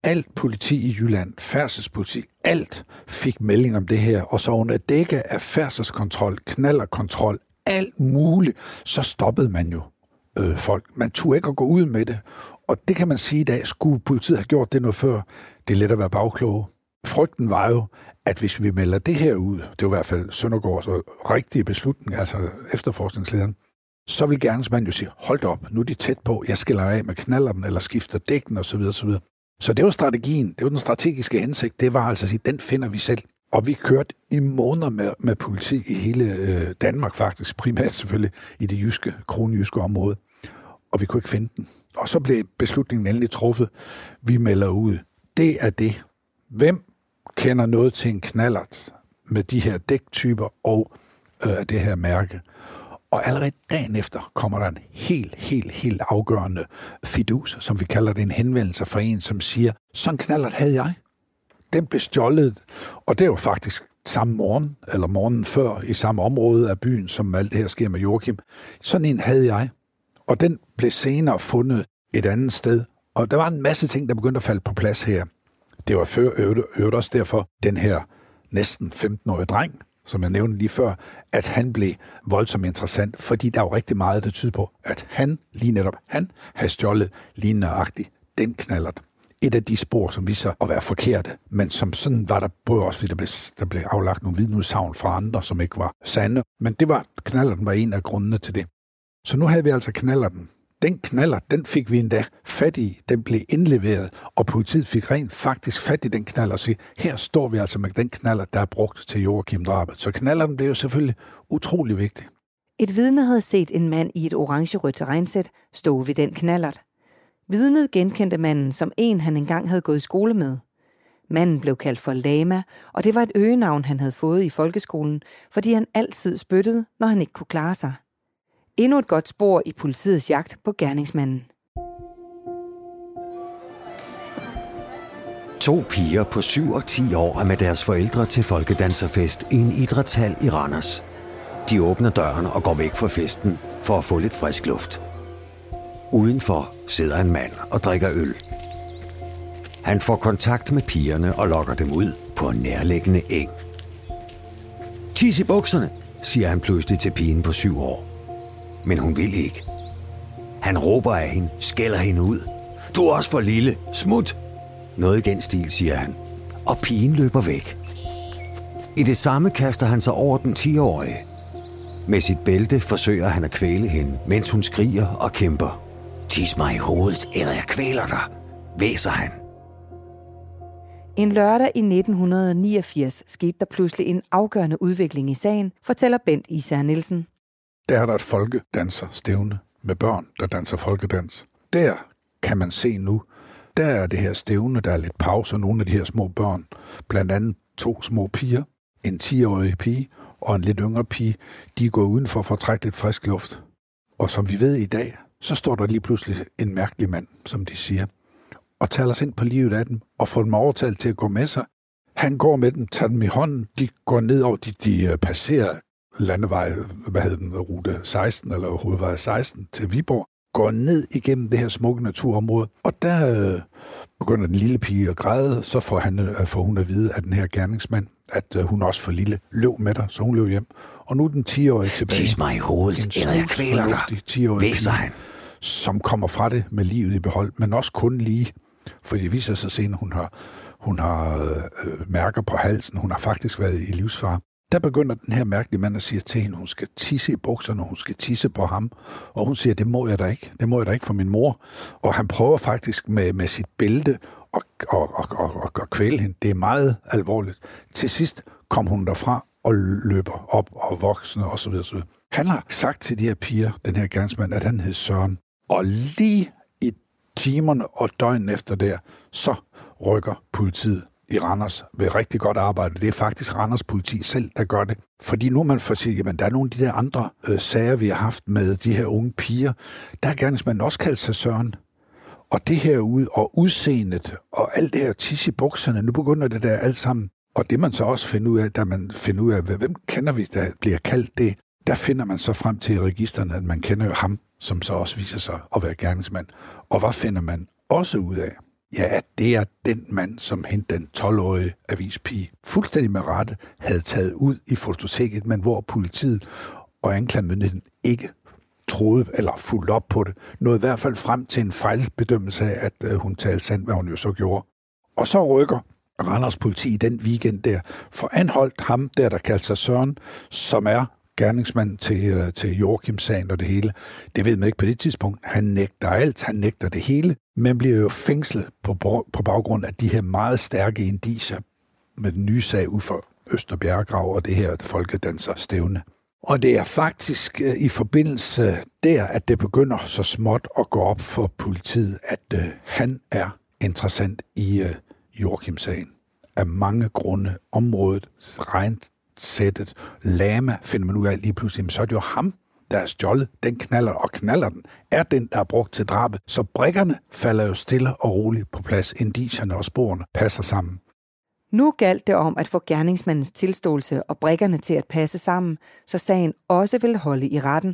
alt politi i Jylland, færdselspoliti, alt fik melding om det her, og så under dække af færdselskontrol, knallerkontrol, alt muligt, så stoppede man jo øh, folk. Man turde ikke at gå ud med det, og det kan man sige i dag, skulle politiet have gjort det noget før. Det er let at være bagkloge. Frygten var jo, at hvis vi melder det her ud, det var i hvert fald Søndergaards rigtige beslutning, altså efterforskningslederen, så vil gerningsmanden jo sige, hold op, nu er de tæt på, jeg skiller af med knalleren, eller skifter dækken osv. osv. Så det var strategien, det var den strategiske hensigt, det var altså at sige, den finder vi selv. Og vi kørte i måneder med, med politi i hele øh, Danmark faktisk, primært selvfølgelig i det jyske, kronjyske område, og vi kunne ikke finde den. Og så blev beslutningen endelig truffet, vi melder ud. Det er det. Hvem kender noget til en knallert med de her dæktyper og øh, det her mærke? Og allerede dagen efter kommer der en helt, helt, helt afgørende fidus, som vi kalder det, en henvendelse fra en, som siger, sådan en knallert havde jeg. Den blev stjålet, og det var faktisk samme morgen, eller morgenen før, i samme område af byen, som alt det her sker med Joachim. Sådan en havde jeg, og den blev senere fundet et andet sted, og der var en masse ting, der begyndte at falde på plads her. Det var før, øvrigt også derfor, den her næsten femten-årige dreng, som jeg nævnte lige før, at han blev voldsomt interessant, fordi der var rigtig meget, der tyder på, at han, lige netop han, havde stjålet lige nøjagtigt den knallert. Et af de spor, som viser at være forkerte, men som sådan var der både også, fordi der blev, der blev aflagt nogle vidneudsagn fra andre, som ikke var sande. Men det var, knallerten var en af grundene til det. Så nu havde vi altså knallerten. Den knallert, den fik vi endda fat i, den blev indleveret, og politiet fik rent faktisk fat i den knallert og sige, her står vi altså med den knallert, der er brugt til Joachim-drabet. Så knallerten blev jo selvfølgelig utrolig vigtig. Et vidne havde set en mand i et orange-rødt terrænsæt stå ved den knallert. Vidnet genkendte manden som en, han engang havde gået i skole med. Manden blev kaldt for Lama, og det var et øgenavn, han havde fået i folkeskolen, fordi han altid spyttede, når han ikke kunne klare sig. Endnu et godt spor i politiets jagt på gerningsmanden. To piger på syv og ti år er med deres forældre til folkedanserfest i en idrætshal i Randers. De åbner døren og går væk fra festen for at få lidt frisk luft. Udenfor sidder en mand og drikker øl. Han får kontakt med pigerne og lokker dem ud på en nærliggende eng. Tis i bukserne, siger han pludselig til pigen på syv år. Men hun vil ikke. Han råber af hende, skælder hende ud. Du er også for lille. Smut! Noget i den stil, siger han. Og pigen løber væk. I det samme kaster han sig over den ti-årige. Med sit bælte forsøger han at kvæle hende, mens hun skriger og kæmper. Tis mig i hovedet, eller jeg kvæler dig, væser han. En lørdag i nitten niogfirs skete der pludselig en afgørende udvikling i sagen, fortæller Bent Især Nielsen. Der er der et folkedanserstævne med børn, der danser folkedans. Der kan man se nu, der er det her stævne, der er lidt pause, og nogle af de her små børn, blandt andet to små piger, en ti-årig pige og en lidt yngre pige, de går udenfor for at trække lidt frisk luft. Og som vi ved i dag, så står der lige pludselig en mærkelig mand, som de siger, og taler sig ind på livet af dem, og får dem overtalt til at gå med sig. Han går med dem, tager dem i hånden, de går ned over, de, de passerer landevej, hvad hed den, rute seksten, eller hovedvej seksten til Viborg, går ned igennem det her smukke naturområde, og der øh, begynder den lille pige at græde, så får, han, øh, får hun at vide af den her gerningsmand, at øh, hun også for lille løb med dig, så hun løb hjem. Og nu er den ti-årige tilbage. Tis mig i hovedet, eller jeg kvæler dig, væser han. Som kommer fra det med livet i behold, men også kun lige, for det viser sig senere, hun har, hun har øh, mærker på halsen, hun har faktisk været i livsfare. Der begynder den her mærkelige mand at sige til hende, hun skal tisse i bukserne, hun skal tisse på ham. Og hun siger, det må jeg da ikke. Det må jeg da ikke for min mor. Og han prøver faktisk med, med sit bælte at, at, at, at, at kvæle hende. Det er meget alvorligt. Til sidst kom hun derfra og løber op og voksne osv. Han har sagt til de her piger, den her gerningsmand, at han hed Søren. Og lige i timerne og døgnen efter der, så rykker politiet i Randers ved rigtig godt arbejde. Det er faktisk Randers politi selv, der gør det. Fordi nu man får sige, jamen der er nogle af de der andre øh, sager, vi har haft med de her unge piger, der har gerningsmanden også kaldt sig Søren. Og det her ud og udseendet og alt det her tis i bukserne, nu begynder det der alt sammen. Og det man så også finder ud af, da man finder ud af, hvem kender vi, der bliver kaldt det, der finder man så frem til registerne, at man kender jo ham, som så også viser sig at være gerningsmand. Og hvad finder man også ud af? ja, det er den mand, som hente den tolv-årige avispige fuldstændig med rette havde taget ud i fototeket, men hvor politiet og anklagemyndigheden ikke troede eller fulgte op på det. Nåede i hvert fald frem til en fejlbedømmelse af, at hun talte sandt, hvad hun jo så gjorde. Og så rykker Randers politi i den weekend der for anholdt ham der, der kaldte sig Søren, som er gerningsmand til, til Joachim-sagen og det hele. Det ved man ikke på det tidspunkt. Han nægter alt, han nægter det hele, men bliver jo fængslet på, på baggrund af de her meget stærke indicier med den nye sag ud for Østerbjerggrav og det her folkedanserstævne. Og det er faktisk uh, i forbindelse der, at det begynder så småt at gå op for politiet, at uh, han er interessant i uh, Joachim-sagen. Af mange grunde, området, regnsættet, Lama, finder man ud af lige pludselig, men så er det jo ham, der er stjålet. Den knaller, og knaller den er den, der er brugt til drabet. Så brikkerne falder jo stille og roligt på plads. Indicierne og sporene passer sammen. Nu galt det om at få gerningsmandens tilståelse og brikkerne til at passe sammen, så sagen også vil holde i retten.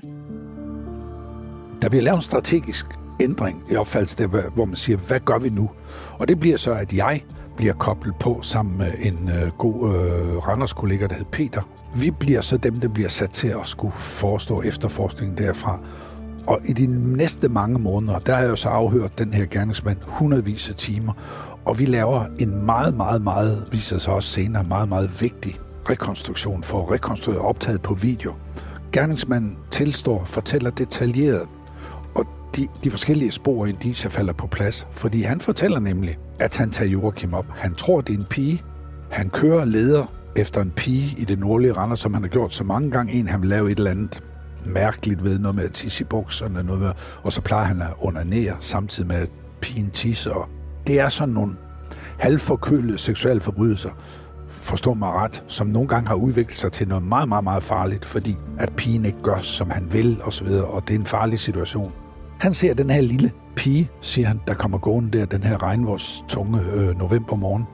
Der bliver lavet en strategisk ændring i opfattelse, hvor man siger, hvad gør vi nu? Og det bliver så, at jeg bliver koblet på sammen med en øh, god øh, Randers-kollega, der hed Peter. Vi bliver så dem, der bliver sat til at skulle forestå efterforskningen derfra. Og i de næste mange måneder, der har jeg jo så afhørt den her gerningsmand hundredvis af timer, og vi laver en meget, meget, meget, viser sig også senere, meget, meget vigtig rekonstruktion for at rekonstruere optaget på video. Gerningsmanden tilstår, fortæller detaljeret, og de, de forskellige spor og indicier falder på plads, fordi han fortæller nemlig, at han tager Joachim op. Han tror, det er en pige. Han kører leder efter en pige i det nordlige Randers, som han har gjort så mange gange. En, han vil lave et eller andet mærkeligt ved, noget med at tisse i bukserne, noget med, og så plejer han at onanere, samtidig med at pigen tisser. Det er sådan nogle halvforkølede seksuelle forbrydelser, forstå mig ret, som nogle gange har udviklet sig til noget meget, meget, meget farligt, fordi at pigen ikke gør, som han vil, og så videre, og det er en farlig situation. Han ser den her lille pige, siger han, der kommer gående der, den her regnvårstunge øh, novembermorgen.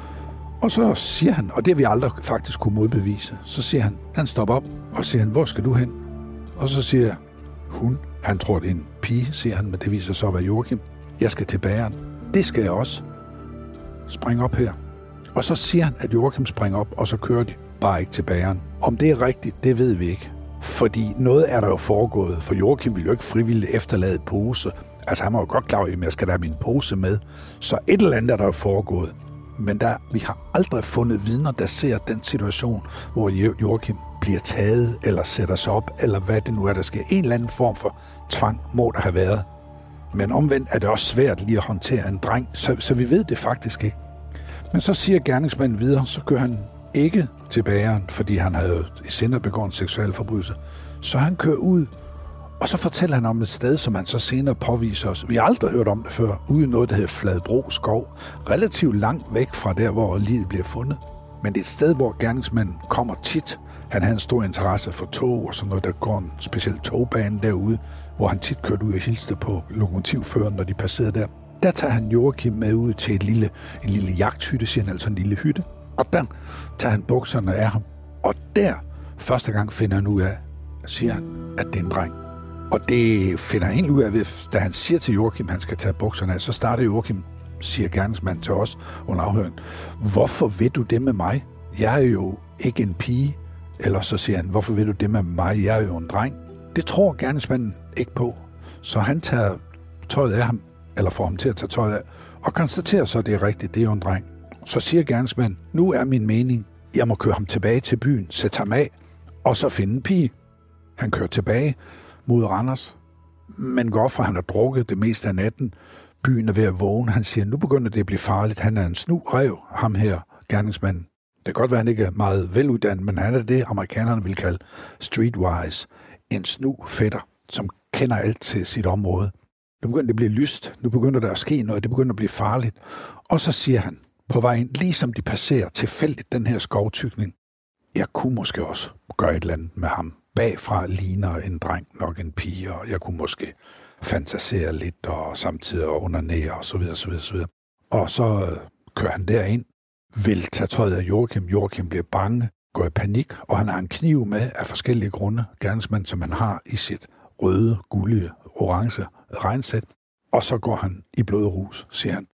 Og så siger han, og det har vi aldrig faktisk kunne modbevise, så siger han, han stopper op, og siger han, hvor skal du hen? Og så siger hun, han tror, det er en pige, siger han, men det viser så at være Joachim. Jeg skal til bageren. Det skal jeg også. Spring op her. Og så siger han, at Joachim springer op, og så kører de bare ikke til bageren. Om det er rigtigt, det ved vi ikke. Fordi noget er der jo foregået, for Joachim ville jo ikke frivilligt efterlade pose. Altså han var jo godt klar over, at jeg skal da have min pose med. Så et eller andet er der jo foregået. Men der, vi har aldrig fundet vidner, der ser den situation, hvor Joachim bliver taget, eller sætter sig op, eller hvad det nu er, der sker. En eller anden form for tvang må der have været. Men omvendt er det også svært lige at håndtere en dreng, så, så vi ved det faktisk ikke. Men så siger gerningsmanden videre, så kører han ikke til bageren, fordi han havde i sinde begået en seksuel forbrydelse. Så han kører ud, og så fortæller han om et sted, som han så senere påviser os. Vi har aldrig hørt om det før, ude i noget, der hedder Fladbro Skov. Relativt langt væk fra der, hvor livet bliver fundet. Men det er et sted, hvor gerningsmanden kommer tit. Han havde en stor interesse for tog og sådan noget, der går en speciel togbane derude, hvor han tit kørte ud og hilste på lokomotivføreren, når de passerede der. Der tager han Joachim med ud til et lille, en lille jagthytte, siger han, altså en lille hytte. Og der tager han bukserne af ham. Og der, første gang finder han ud af, siger han, at det er en dreng. Og det finder han egentlig ud af, da han siger til Joachim, at han skal tage bukserne af, så starter Joachim, siger gerningsmanden til os under afhøringen, hvorfor vil du det med mig? Jeg er jo ikke en pige. Eller så siger han, hvorfor vil du det med mig? Jeg er jo en dreng. Det tror gerningsmanden ikke på. Så han tager tøjet af ham, eller får ham til at tage tøjet af, og konstaterer så, at det er rigtigt, det er jo en dreng. Så siger gerningsmanden, nu er min mening, jeg må køre ham tilbage til byen, sætte ham af, og så finde en pige. Han kører tilbage mod Randers, men går fra, han har drukket det meste af natten. Byen er ved at vågne. Han siger, nu begynder det at blive farligt. Han er en snu rev, ham her, gerningsmanden. Det kan godt være, at han ikke er meget veluddannet, men han er det, amerikanerne vil kalde streetwise. En snu fætter, som kender alt til sit område. Nu begynder det at blive lyst. Nu begynder der at ske noget. Det begynder at blive farligt. Og så siger han, på vejen, ligesom de passerer tilfældigt den her skovtykning, jeg kunne måske også gøre et eller andet med ham. Bagfra ligner en dreng nok en pige, og jeg kunne måske fantasere lidt, og samtidig onanere, og så videre, så videre, så videre. Og så øh, kører han derind, vil tage tøjet af Joachim. Joachim bliver bange, går i panik, og han har en kniv med af forskellige grunde, gerningsmand, som han har i sit røde, gullige, orange regnsæt. Og så går han i blodrus, siger han.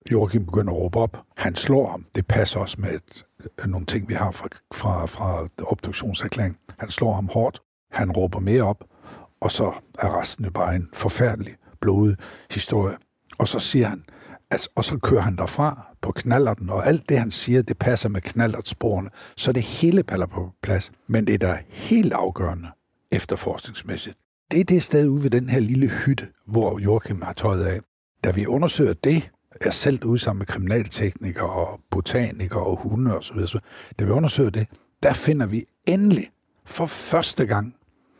Joachim begynder at råbe op. Han slår ham. Det passer også med et, nogle ting, vi har fra, fra, fra obduktionserklæringen. Han slår ham hårdt. Han råber mere op. Og så er resten jo bare en forfærdelig, blodig historie. Og så siger han, at, og så kører han derfra på knallerten, og alt det, han siger, det passer med knallertsporene, så det hele falder på plads. Men det er da helt afgørende efterforskningsmæssigt. Det er det sted ude ved den her lille hytte, hvor Joachim har tøjet af. Da vi undersøger det, er selv ude sammen med kriminalteknikere og botanikere og hunde osv., så da vi undersøger det, der finder vi endelig for første gang,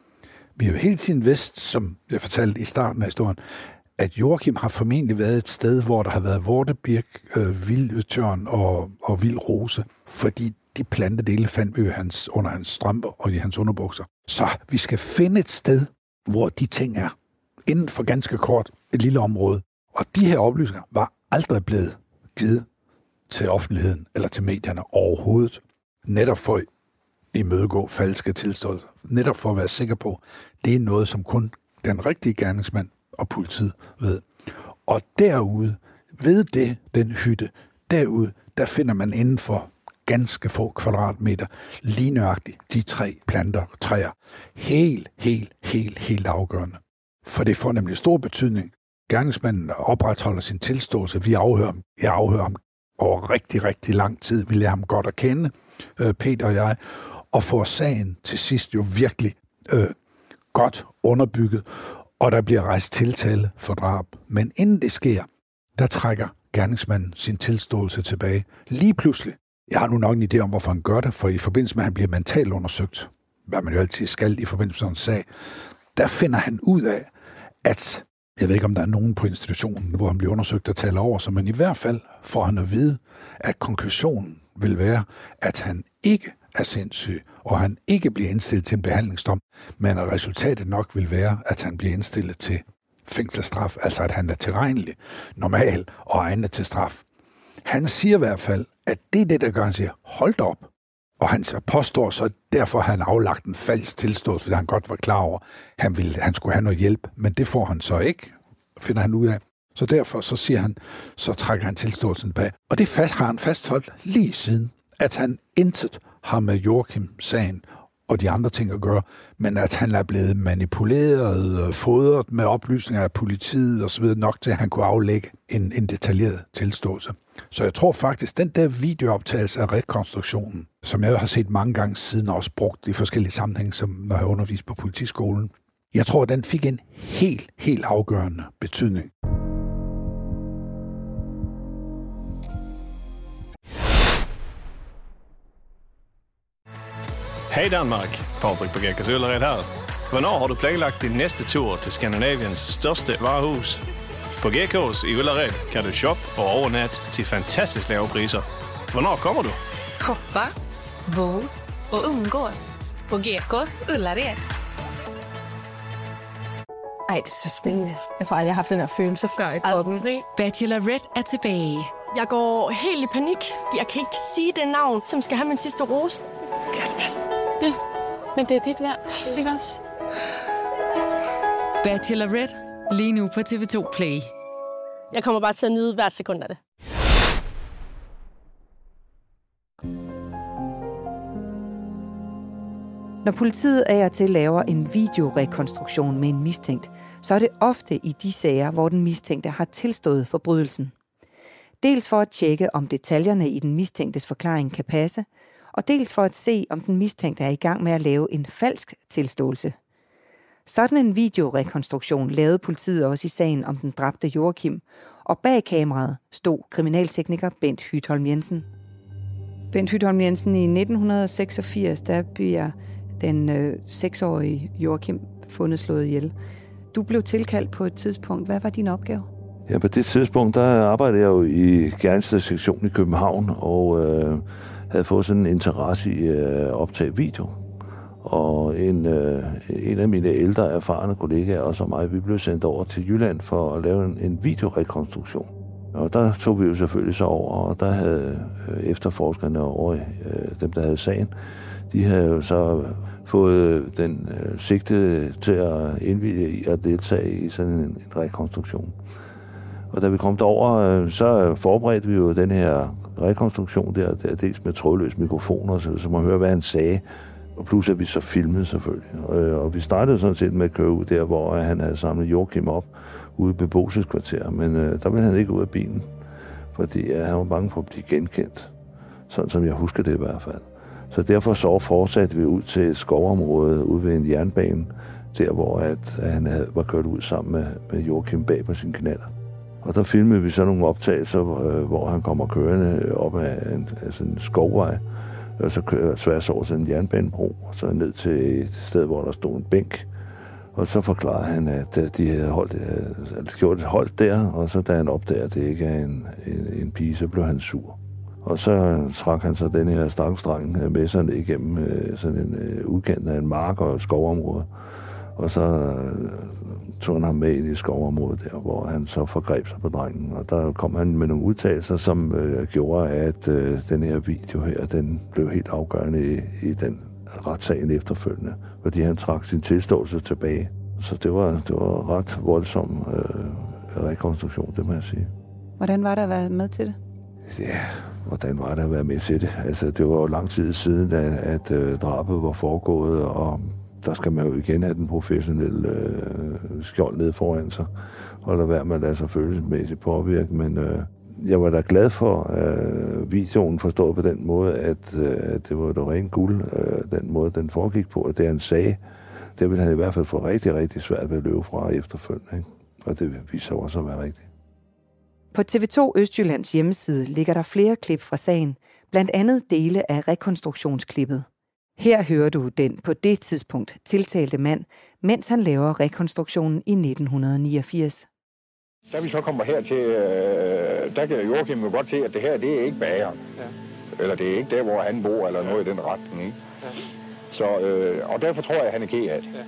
vi har jo hele tiden vidst, som jeg fortalte i starten af historien, at Joachim har formentlig været et sted, hvor der har været vortebirk, øh, vildtørn og, og vild rose, fordi de plantedele fandt vi jo hans, under hans strømper og i hans underbukser. Så vi skal finde et sted, hvor de ting er, inden for ganske kort et lille område. Og de her oplysninger var aldrig blevet givet til offentligheden eller til medierne overhovedet, netop for at imødegå falske tilståelser, netop for at være sikker på, det er noget, som kun den rigtige gerningsmand og politiet ved. Og derude, ved det, den hytte, derude, der finder man inden for ganske få kvadratmeter lige nøjagtigt de tre planter, træer. Helt, helt, helt, helt afgørende. For det får nemlig stor betydning. Gerningsmanden opretholder sin tilståelse. Vi afhører ham. Jeg afhører ham over rigtig, rigtig lang tid. Vi lærer ham godt at kende, Peter og jeg, og får sagen til sidst jo virkelig øh, godt underbygget, og der bliver rejst tiltale for drab. Men inden det sker, der trækker gerningsmanden sin tilståelse tilbage. Lige pludselig. Jeg har nu nok en idé om, hvorfor han gør det, for i forbindelse med, at han bliver mentalt undersøgt, hvad man jo altid skal i forbindelse med en sag, der finder han ud af, at jeg ved ikke, om der er nogen på institutionen, hvor han bliver undersøgt og taler over sig, men i hvert fald får han at vide, at konklusionen vil være, at han ikke er sindssyg, og han ikke bliver indstillet til en behandlingsdom, men at resultatet nok vil være, at han bliver indstillet til fængselsstraf, altså at han er tilregnelig, normal og egnet til straf. Han siger i hvert fald, at det er det, der gør, han siger, hold op. Og han påstår så, at derfor har han aflagt en falsk tilståelse, fordi han godt var klar over, at han, ville, han skulle have noget hjælp, men det får han så ikke, finder han ud af. Så derfor så siger han, så trækker han tilståelsen tilbage. Og det fast, har han fastholdt lige siden, at han intet har med Joachim-sagen og de andre ting at gøre, men at han er blevet manipuleret, fodret med oplysninger af politiet osv. nok til, at han kunne aflægge en, en detaljeret tilståelse. Så jeg tror faktisk, den der videooptagelse af rekonstruktionen, som jeg har set mange gange siden og også brugt i forskellige sammenhænge, som når jeg undervist på politiskolen, jeg tror, den fik en helt, helt afgørende betydning. Hej Danmark, Patrick på Gekos Ullared her. Hvornår har du planlagt din næste tur til Skandinaviens største varehus? På Gekos i Ullared kan du shoppe og overnatte til fantastisk lave priser. Hvornår kommer du? Shoppa, bo och umgås på Gekos Ullared. Ej, det er så spændende. Jeg tror aldrig, jeg har haft den her følelse før i kroppen. Bachelorette er tilbage. Jeg går helt i panik. Jeg kan ikke sige det navn, som skal have min sidste rose. Ja, men det er dit værd, ikke også? Bachelorette, lige nu på T V to Play. Jeg kommer bare til at nyde hvert sekund af det. Når politiet af og til laver en videorekonstruktion med en mistænkt, så er det ofte i de sager, hvor den mistænkte har tilstået forbrydelsen. Dels for at tjekke, om detaljerne i den mistænktes forklaring kan passe, og dels for at se, om den mistænkte er i gang med at lave en falsk tilståelse. Sådan en videorekonstruktion lavede politiet også i sagen om den dræbte Joachim, og bag kameraet stod kriminaltekniker Bent Hytholm Jensen. Bent Hytholm Jensen, i nitten seksogfirs, der bliver den øh, seksårige Joachim fundet slået ihjel. Du blev tilkaldt på et tidspunkt. Hvad var din opgave? Ja, på det tidspunkt, der arbejdede jeg jo i gerningsstedssektionen i København, og øh, havde fået sådan en interesse i at øh, optage video. Og en, øh, en af mine ældre erfarne kollegaer, også mig, vi blev sendt over til Jylland for at lave en, en videorekonstruktion. Og der tog vi jo selvfølgelig så over, og der havde øh, efterforskerne over, øh, dem der havde sagen, de havde jo så fået den øh, sigtede til at indvilge i at deltage i sådan en, en rekonstruktion. Og da vi kom derover, så forberedte vi jo den her rekonstruktion der, der dels med trådløs mikrofoner, så, så man høre, hvad han sagde. Og plus at vi så filmede selvfølgelig. Og, og vi startede sådan set med at køre ud der, hvor han havde samlet Joachim op ude i beboelseskvarter. Men øh, der ville han ikke ud af bilen, fordi øh, han var bange for at blive genkendt. Sådan som jeg husker det i hvert fald. Så derfor så fortsatte vi ud til et skovområde ude ved en jernbane, der hvor at, at han havde, var kørt ud sammen med, med Joachim bag på sin knaller. Og der filmede vi så nogle optagelser, øh, hvor han kommer kørende op ad en, altså en skovvej, og så kører tværs over til en jernbanebro, og så ned til et sted, hvor der stod en bænk. Og så forklarer han, at de havde holdt, at gjort et hold der, og så da han opdager, at det ikke er en, en, en pige, så blev han sur. Og så trak han så den her stakkelsdreng med sig ned igennem sådan en udkant af en mark og et skovområde. Og så tog han ham med ind i skovområdet der, hvor han så forgreb sig på drengen. Og der kom han med nogle udtalelser, som øh, gjorde, at øh, den her video her, den blev helt afgørende i, i den retssagen efterfølgende, fordi han trak sin tilståelse tilbage. Så det var, det var ret voldsom øh, rekonstruktion, det må jeg sige. Hvordan var det at være med til det? Ja, hvordan var det at være med til det? Altså, det var jo lang tid siden, at, at øh, drabet var foregået, og der skal man jo igen have den professionelle øh, skjold ned foran sig, og lade være med at lade sig følelsesmæssigt påvirke. Men øh, jeg var da glad for øh, videoen forstået på den måde, at øh, det var det rent guld, øh, den måde, den foregik på, at det han sagde, det ville han i hvert fald få rigtig, rigtig svært ved at løbe fra efterfølgende. Ikke? Og det viser også at være rigtigt. På T V to Østjyllands hjemmeside ligger der flere klip fra sagen, blandt andet dele af rekonstruktionsklippet. Her hører du den på det tidspunkt tiltalte mand, mens han laver rekonstruktionen i nitten niogfirs. Da vi så kommer her til, øh, der kan Joachim jo godt se, at det her, det er ikke bageren. Ja. Eller det er ikke der, hvor han bor, eller noget i den retning. Ikke? Ja. Så, øh, og derfor tror jeg, at han er ked af det. Ja.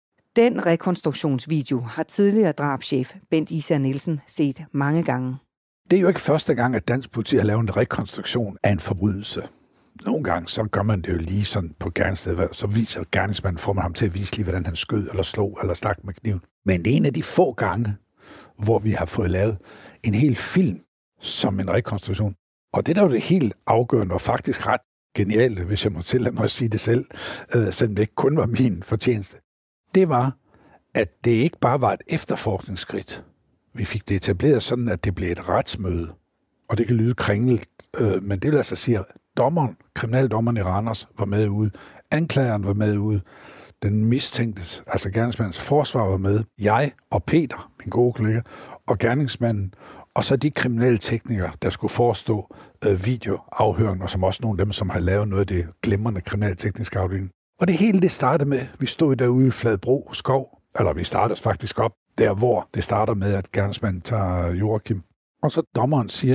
Den rekonstruktionsvideo har tidligere drabschef Bent Især Nielsen set mange gange. Det er jo ikke første gang, at dansk politi har lavet en rekonstruktion af en forbrydelse. Nogle gange så gør man det jo lige sådan på gerningsstedet, så viser gerningsmanden, får man ham til at vise lige, hvordan han skød, eller slog, eller stak med kniven. Men det er en af de få gange, hvor vi har fået lavet en hel film som en rekonstruktion. Og det der er jo det helt afgørende, og faktisk ret geniale, hvis jeg må tillade mig at sige det selv, øh, selvom det ikke kun var min fortjeneste, det var, at det ikke bare var et efterforskningsskridt. Vi fik det etableret sådan, at det blev et retsmøde. Og det kan lyde kringlet, øh, men det vil altså sige, at dommeren, kriminaldommeren i Randers, var med ude. Anklageren var med ude. Den mistænktes, altså gerningsmandens forsvar var med. Jeg og Peter, min gode kollega, og gerningsmanden, og så de kriminelle teknikere, der skulle forestå øh, videoafhøringen, og som også nogle af dem, som har lavet noget af det glimrende kriminaltekniske afdeling. Og det hele, det startede med, vi stod derude i Fladbro skov, eller vi startede faktisk op, der hvor det starter med, at gerningsmanden tager Joachim. Og så dommeren siger,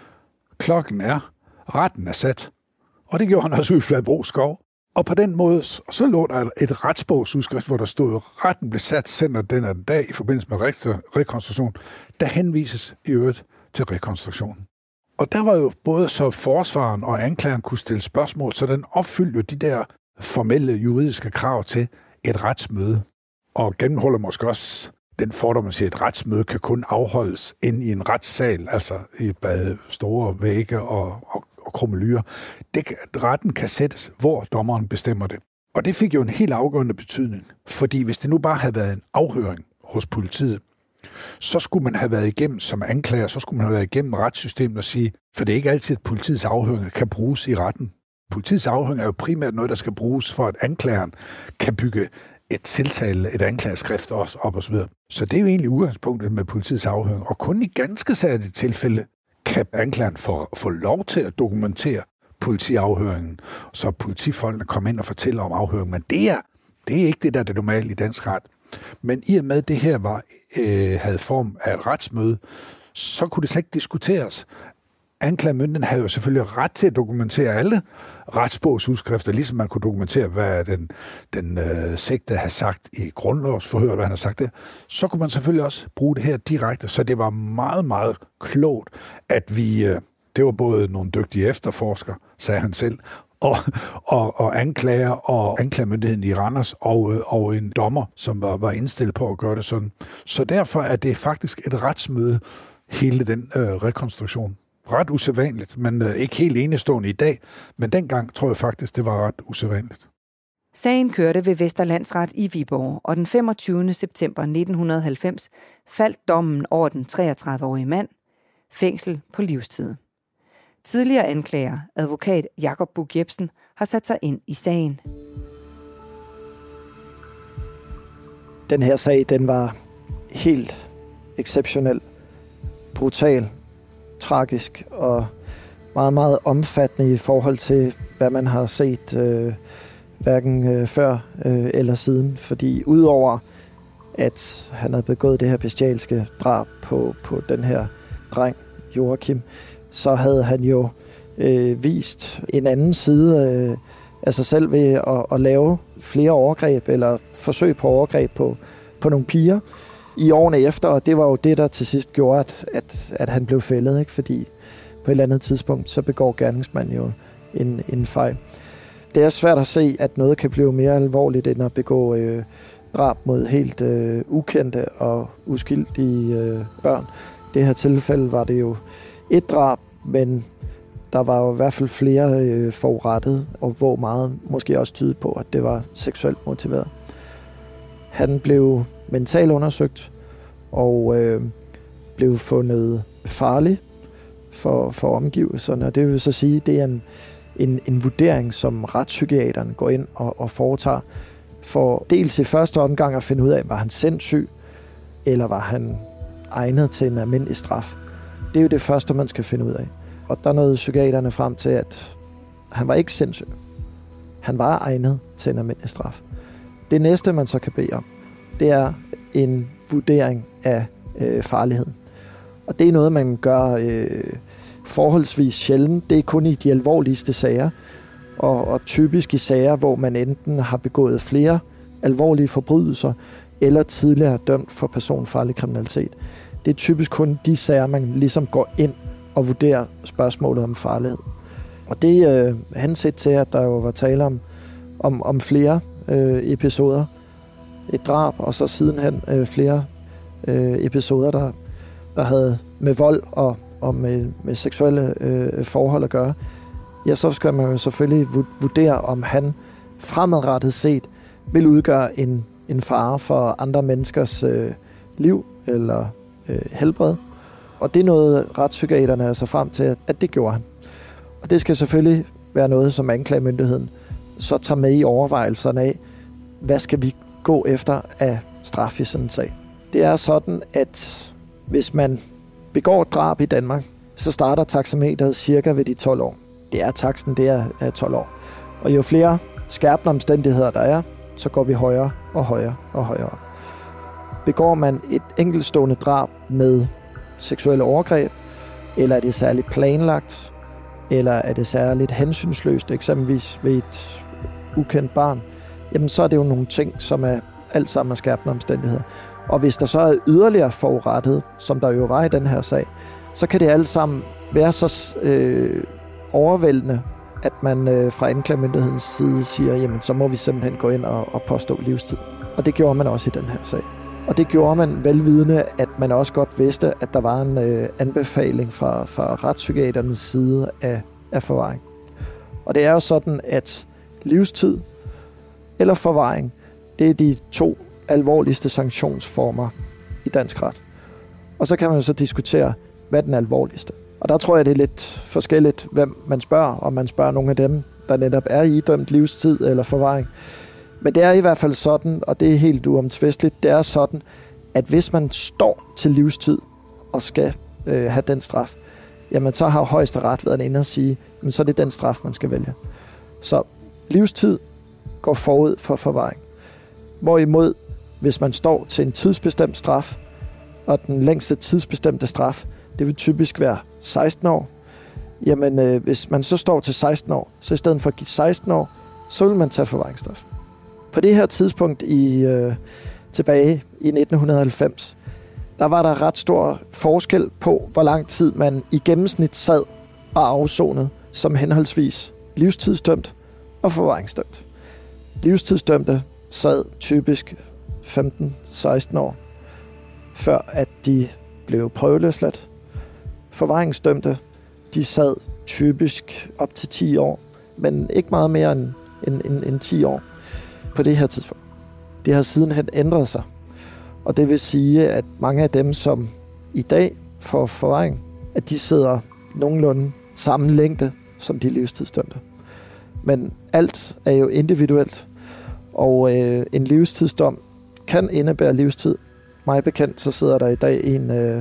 klokken er, retten er sat. Og det gjorde han også ud i Fladbro skov. Og på den måde, så lå der et retsbogsudskrift, hvor der stod, retten blev sat sender den af den dag i forbindelse med rekonstruktion, der henvises i øvrigt til rekonstruktionen. Og der var jo både så forsvaren og anklageren kunne stille spørgsmål, så den opfyldte jo de der formelle juridiske krav til et retsmøde. Og gennemholder måske også den fordom, at et retsmøde kan kun afholdes inde i en retssal, altså i bad store vægge og, og, og krumelyrer. Det, retten kan sættes, hvor dommeren bestemmer det. Og det fik jo en helt afgørende betydning, fordi hvis det nu bare havde været en afhøring hos politiet, så skulle man have været igennem som anklager, så skulle man have været igennem retssystemet og sige, for det er ikke altid, at politiets afhøring kan bruges i retten. Politiets afhøring er jo primært noget, der skal bruges for, at anklageren kan bygge et tiltale, et anklageskrift også op og så videre. Så det er jo egentlig udgangspunktet med politiets afhøring. Og kun i ganske særlige tilfælde kan anklageren få, få lov til at dokumentere politiafhøringen, så politifolkene kommer ind og fortæller om afhøringen. Men det er, det er ikke det, der er det normale i dansk ret. Men i og med, at det her var, øh, havde form af et retsmøde, så kunne det slet ikke diskuteres. Anklagemyndigheden havde jo selvfølgelig ret til at dokumentere alle retsbogsudskrifter, ligesom man kunne dokumentere, hvad den, den øh, sigtede har sagt i grundlovsforhør, hvad han har sagt der. Så kunne man selvfølgelig også bruge det her direkte, så det var meget, meget klogt, at vi, øh, det var både nogle dygtige efterforskere, sagde han selv, og, og, og anklager og anklagemyndigheden i Randers og, øh, og en dommer, som var, var indstillet på at gøre det sådan. Så derfor er det faktisk et retsmøde, hele den øh, rekonstruktion. Ret usædvanligt, men øh, ikke helt enestående i dag, men dengang tror jeg faktisk, det var ret usædvanligt. Sagen kørte ved Vesterlandsret i Viborg, og den femogtyvende september nitten halvfems faldt dommen over den treogtredive-årige mand, fængsel på livstid. Tidligere anklager, advokat Jakob Buch Jepsen, har sat sig ind i sagen. Den her sag, den var helt exceptionel, brutal, tragisk og meget, meget omfattende i forhold til, hvad man har set øh, hverken øh, før øh, eller siden. Fordi udover at han havde begået det her bestialske drab på, på den her dreng, Joachim, så havde han jo øh, vist en anden side øh, af sig selv ved at, at lave flere overgreb eller forsøg på overgreb på, på nogle piger i årene efter, og det var jo det, der til sidst gjorde, at, at, at han blev fældet, ikke? Fordi på et eller andet tidspunkt, så begår gerningsmanden jo en, en fejl. Det er svært at se, at noget kan blive mere alvorligt, end at begå øh, drab mod helt øh, ukendte og uskyldige øh, børn. I det her tilfælde var det jo et drab, men der var jo i hvert fald flere øh, forurettede, og hvor meget måske også tyder på, at det var seksuelt motiveret. Han blev mentalt undersøgt og øh, blev fundet farlig for, for omgivelserne. Og det vil så sige, at det er en, en, en vurdering, som retspsykiateren går ind og, og foretager, for dels i første omgang at finde ud af, var han sindssyg, eller var han egnet til en almindelig straf. Det er jo det første, man skal finde ud af. Og der nåede psykiaterne frem til, at han var ikke sindssyg. Han var egnet til en almindelig straf. Det næste, man så kan bede om, det er en vurdering af øh, farligheden. Og det er noget, man gør øh, forholdsvis sjældent. Det er kun i de alvorligste sager, og, og typisk i sager, hvor man enten har begået flere alvorlige forbrydelser, eller tidligere dømt for personfarlig kriminalitet. Det er typisk kun de sager, man ligesom går ind og vurderer spørgsmålet om farlighed. Og det er øh, henset til, at der jo var tale om, om, om flere øh, episoder. Et drab, og så sidenhen øh, flere øh, episoder, der, der havde med vold og, og med, med seksuelle øh, forhold at gøre. Ja, så skal man jo selvfølgelig vurdere, om han fremadrettet set vil udgøre en, en fare for andre menneskers øh, liv eller øh, helbred. Og det er noget, retspsykiaterne er så frem til, at det gjorde han. Og det skal selvfølgelig være noget, som anklagemyndigheden så tager med i overvejelserne af, hvad skal vi gå efter af straf i sådan en sag. Det er sådan, at hvis man begår drab i Danmark, så starter taxameteret cirka ved de tolv år. Det er taksten, det er tolv år. Og jo flere skærpende omstændigheder der er, så går vi højere og højere og højere. Begår man et enkeltstående drab med seksuelle overgreb, eller er det særligt planlagt, eller er det særligt hensynsløst, eksempelvis ved et ukendt barn, jamen så er det jo nogle ting, som er alt sammen skærpende omstændigheder. Og hvis der så er yderligere forurettet, som der jo var i den her sag, så kan det alt sammen være så øh, overvældende, at man øh, fra anklagemyndighedens side siger, jamen så må vi simpelthen gå ind og, og påstå livstid. Og det gjorde man også i den her sag. Og det gjorde man velvidende, at man også godt vidste, at der var en øh, anbefaling fra, fra retspsykiaternes side af, af forvaring. Og det er jo sådan, at livstid eller forvaring, det er de to alvorligste sanktionsformer i dansk ret. Og så kan man så diskutere, hvad er den alvorligste. Og der tror jeg, det er lidt forskelligt, hvem man spørger, om man spørger nogle af dem, der netop er idømt livstid eller forvaring. Men det er i hvert fald sådan, og det er helt uomtvisteligt, det er sådan, at hvis man står til livstid og skal øh, have den straf, jamen så har Højesteret været inde og sige, men så er det den straf, man skal vælge. Så livstid går forud for forvaring. Hvorimod, hvis man står til en tidsbestemt straf, og den længste tidsbestemte straf, det vil typisk være seksten år, jamen øh, hvis man så står til seksten år, så i stedet for at give seksten år, så vil man tage forvaringsstraf. På det her tidspunkt i, øh, tilbage i nitten halvfems, der var der ret stor forskel på, hvor lang tid man i gennemsnit sad og afsonede som henholdsvis livstidsdømt og forvaringsdømt. Livstidsdømte sad typisk femten til seksten år, før at de blev prøveløsladt, forvaringsdømte, de sad typisk op til ti år, men ikke meget mere end, end, end, end ti år på det her tidspunkt. Det har sidenhen ændret sig, og det vil sige, at mange af dem, som i dag får forvaring, at de sidder nogenlunde samme længde som de livstidsdømte. Men alt er jo individuelt, og øh, en livstidsdom kan indebære livstid. Mig bekendt, så sidder der i dag en, øh,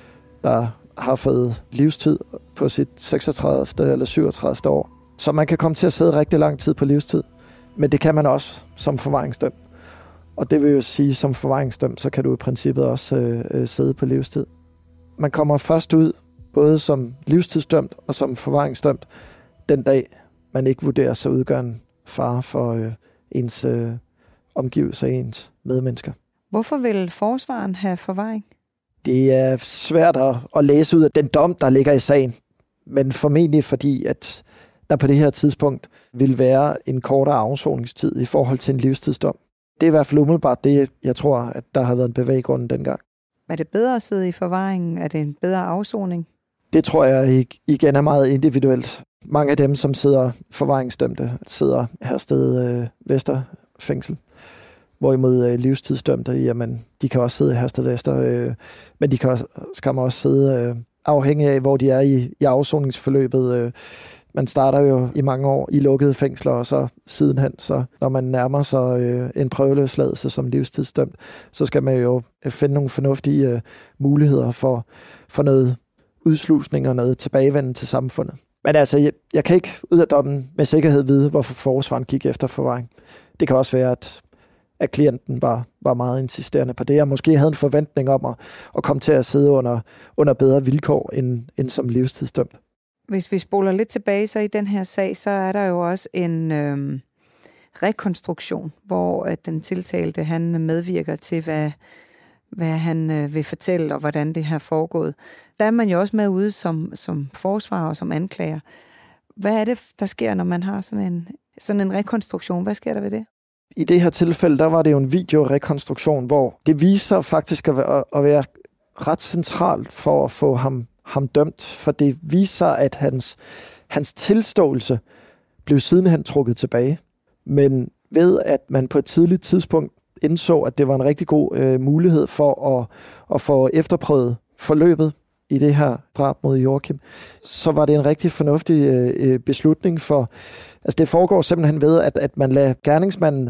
der har fået livstid på sit seksogtredivte eller syvogtredivte år. Så man kan komme til at sidde rigtig lang tid på livstid, men det kan man også som forvaringsdømt. Og det vil jo sige, som forvaringsdømt, så kan du i princippet også øh, sidde på livstid. Man kommer først ud, både som livstidsdømt og som forvaringsdømt, den dag, man ikke vurderer sig udgør en fare for øh, ens øh, omgivelser og ens medmennesker. Hvorfor vil forsvaren have forvaring? Det er svært at, at læse ud af den dom, der ligger i sagen, men formentlig fordi, at der på det her tidspunkt vil være en kortere afsoningstid i forhold til en livstidsdom. Det er i hvert fald umiddelbart det, jeg tror, at der har været en bevæggrund dengang. Er det bedre at sidde i forvaring? Er det en bedre afsoning? Det tror jeg igen er meget individuelt. Mange af dem, som sidder forvaringsdømte, sidder Hersted øh, Vesterfængsel. Hvorimod øh, livstidsdømte, jamen, de kan også sidde i Hersted Vester, øh, men de kan også, skal man også sidde øh, afhængig af, hvor de er i, i afsoningsforløbet. Øh. Man starter jo i mange år i lukkede fængsler, og så sidenhen, så når man nærmer sig øh, en prøveløsladelse som livstidsdømt, så skal man jo finde nogle fornuftige øh, muligheder for, for noget udslusning og noget tilbagevenden til samfundet. Men altså, jeg, jeg kan ikke ud af dommen med sikkerhed vide, hvorfor forsvaren gik efter forvaring. Det kan også være, at, at klienten var, var meget insisterende på det, og måske havde en forventning om at, at komme til at sidde under, under bedre vilkår end, end som livstidsdømt. Hvis vi spoler lidt tilbage, så i den her sag, så er der jo også en øh, rekonstruktion, hvor at den tiltalte han medvirker til, hvad, hvad han øh, vil fortælle, og hvordan det har foregået. Der er man jo også med ude som, som forsvarer og som anklager. Hvad er det, der sker, når man har sådan en, sådan en rekonstruktion? Hvad sker der ved det? I det her tilfælde, der var det jo en videorekonstruktion, hvor det viser faktisk at være, at være ret centralt for at få ham ham dømt, for det viser, at hans, hans tilståelse blev sidenhen trukket tilbage. Men ved, at man på et tidligt tidspunkt indså, at det var en rigtig god øh, mulighed for at, at få efterprøvet forløbet i det her drab mod Joachim, så var det en rigtig fornuftig øh, beslutning for, altså det foregår simpelthen ved, at, at man lader gerningsmanden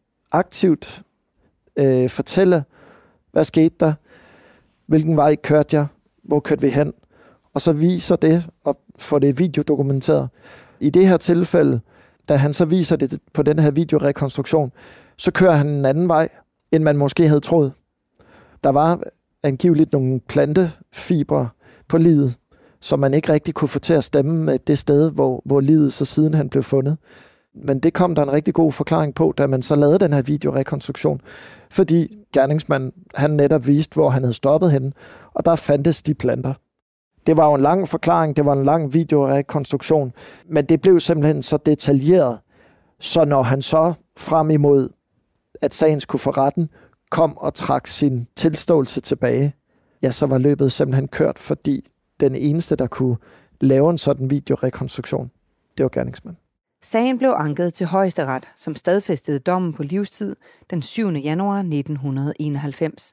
aktivt øh, fortælle, hvad skete der, hvilken vej kørte jeg, hvor kørte vi hen, og så viser det, og får det videodokumenteret. I det her tilfælde, da han så viser det på den her videorekonstruktion, så kører han en anden vej, end man måske havde troet. Der var angiveligt nogle plantefibre på liget, som man ikke rigtig kunne få til at stemme med det sted, hvor, hvor liget så siden han blev fundet. Men det kom der en rigtig god forklaring på, da man så lavede den her videorekonstruktion, fordi gerningsmanden, han netop viste, hvor han havde stoppet henne, og der fandtes de planter. Det var jo en lang forklaring, det var en lang videorekonstruktion, men det blev simpelthen så detaljeret, så når han så frem imod, at sagen skulle for retten, kom og trak sin tilståelse tilbage, ja, så var løbet simpelthen kørt, fordi den eneste, der kunne lave en sådan videorekonstruktion, det var gerningsmanden. Sagen blev anket til Højesteret, som stadfæstede dommen på livstid den syvende januar nitten enoghalvfems.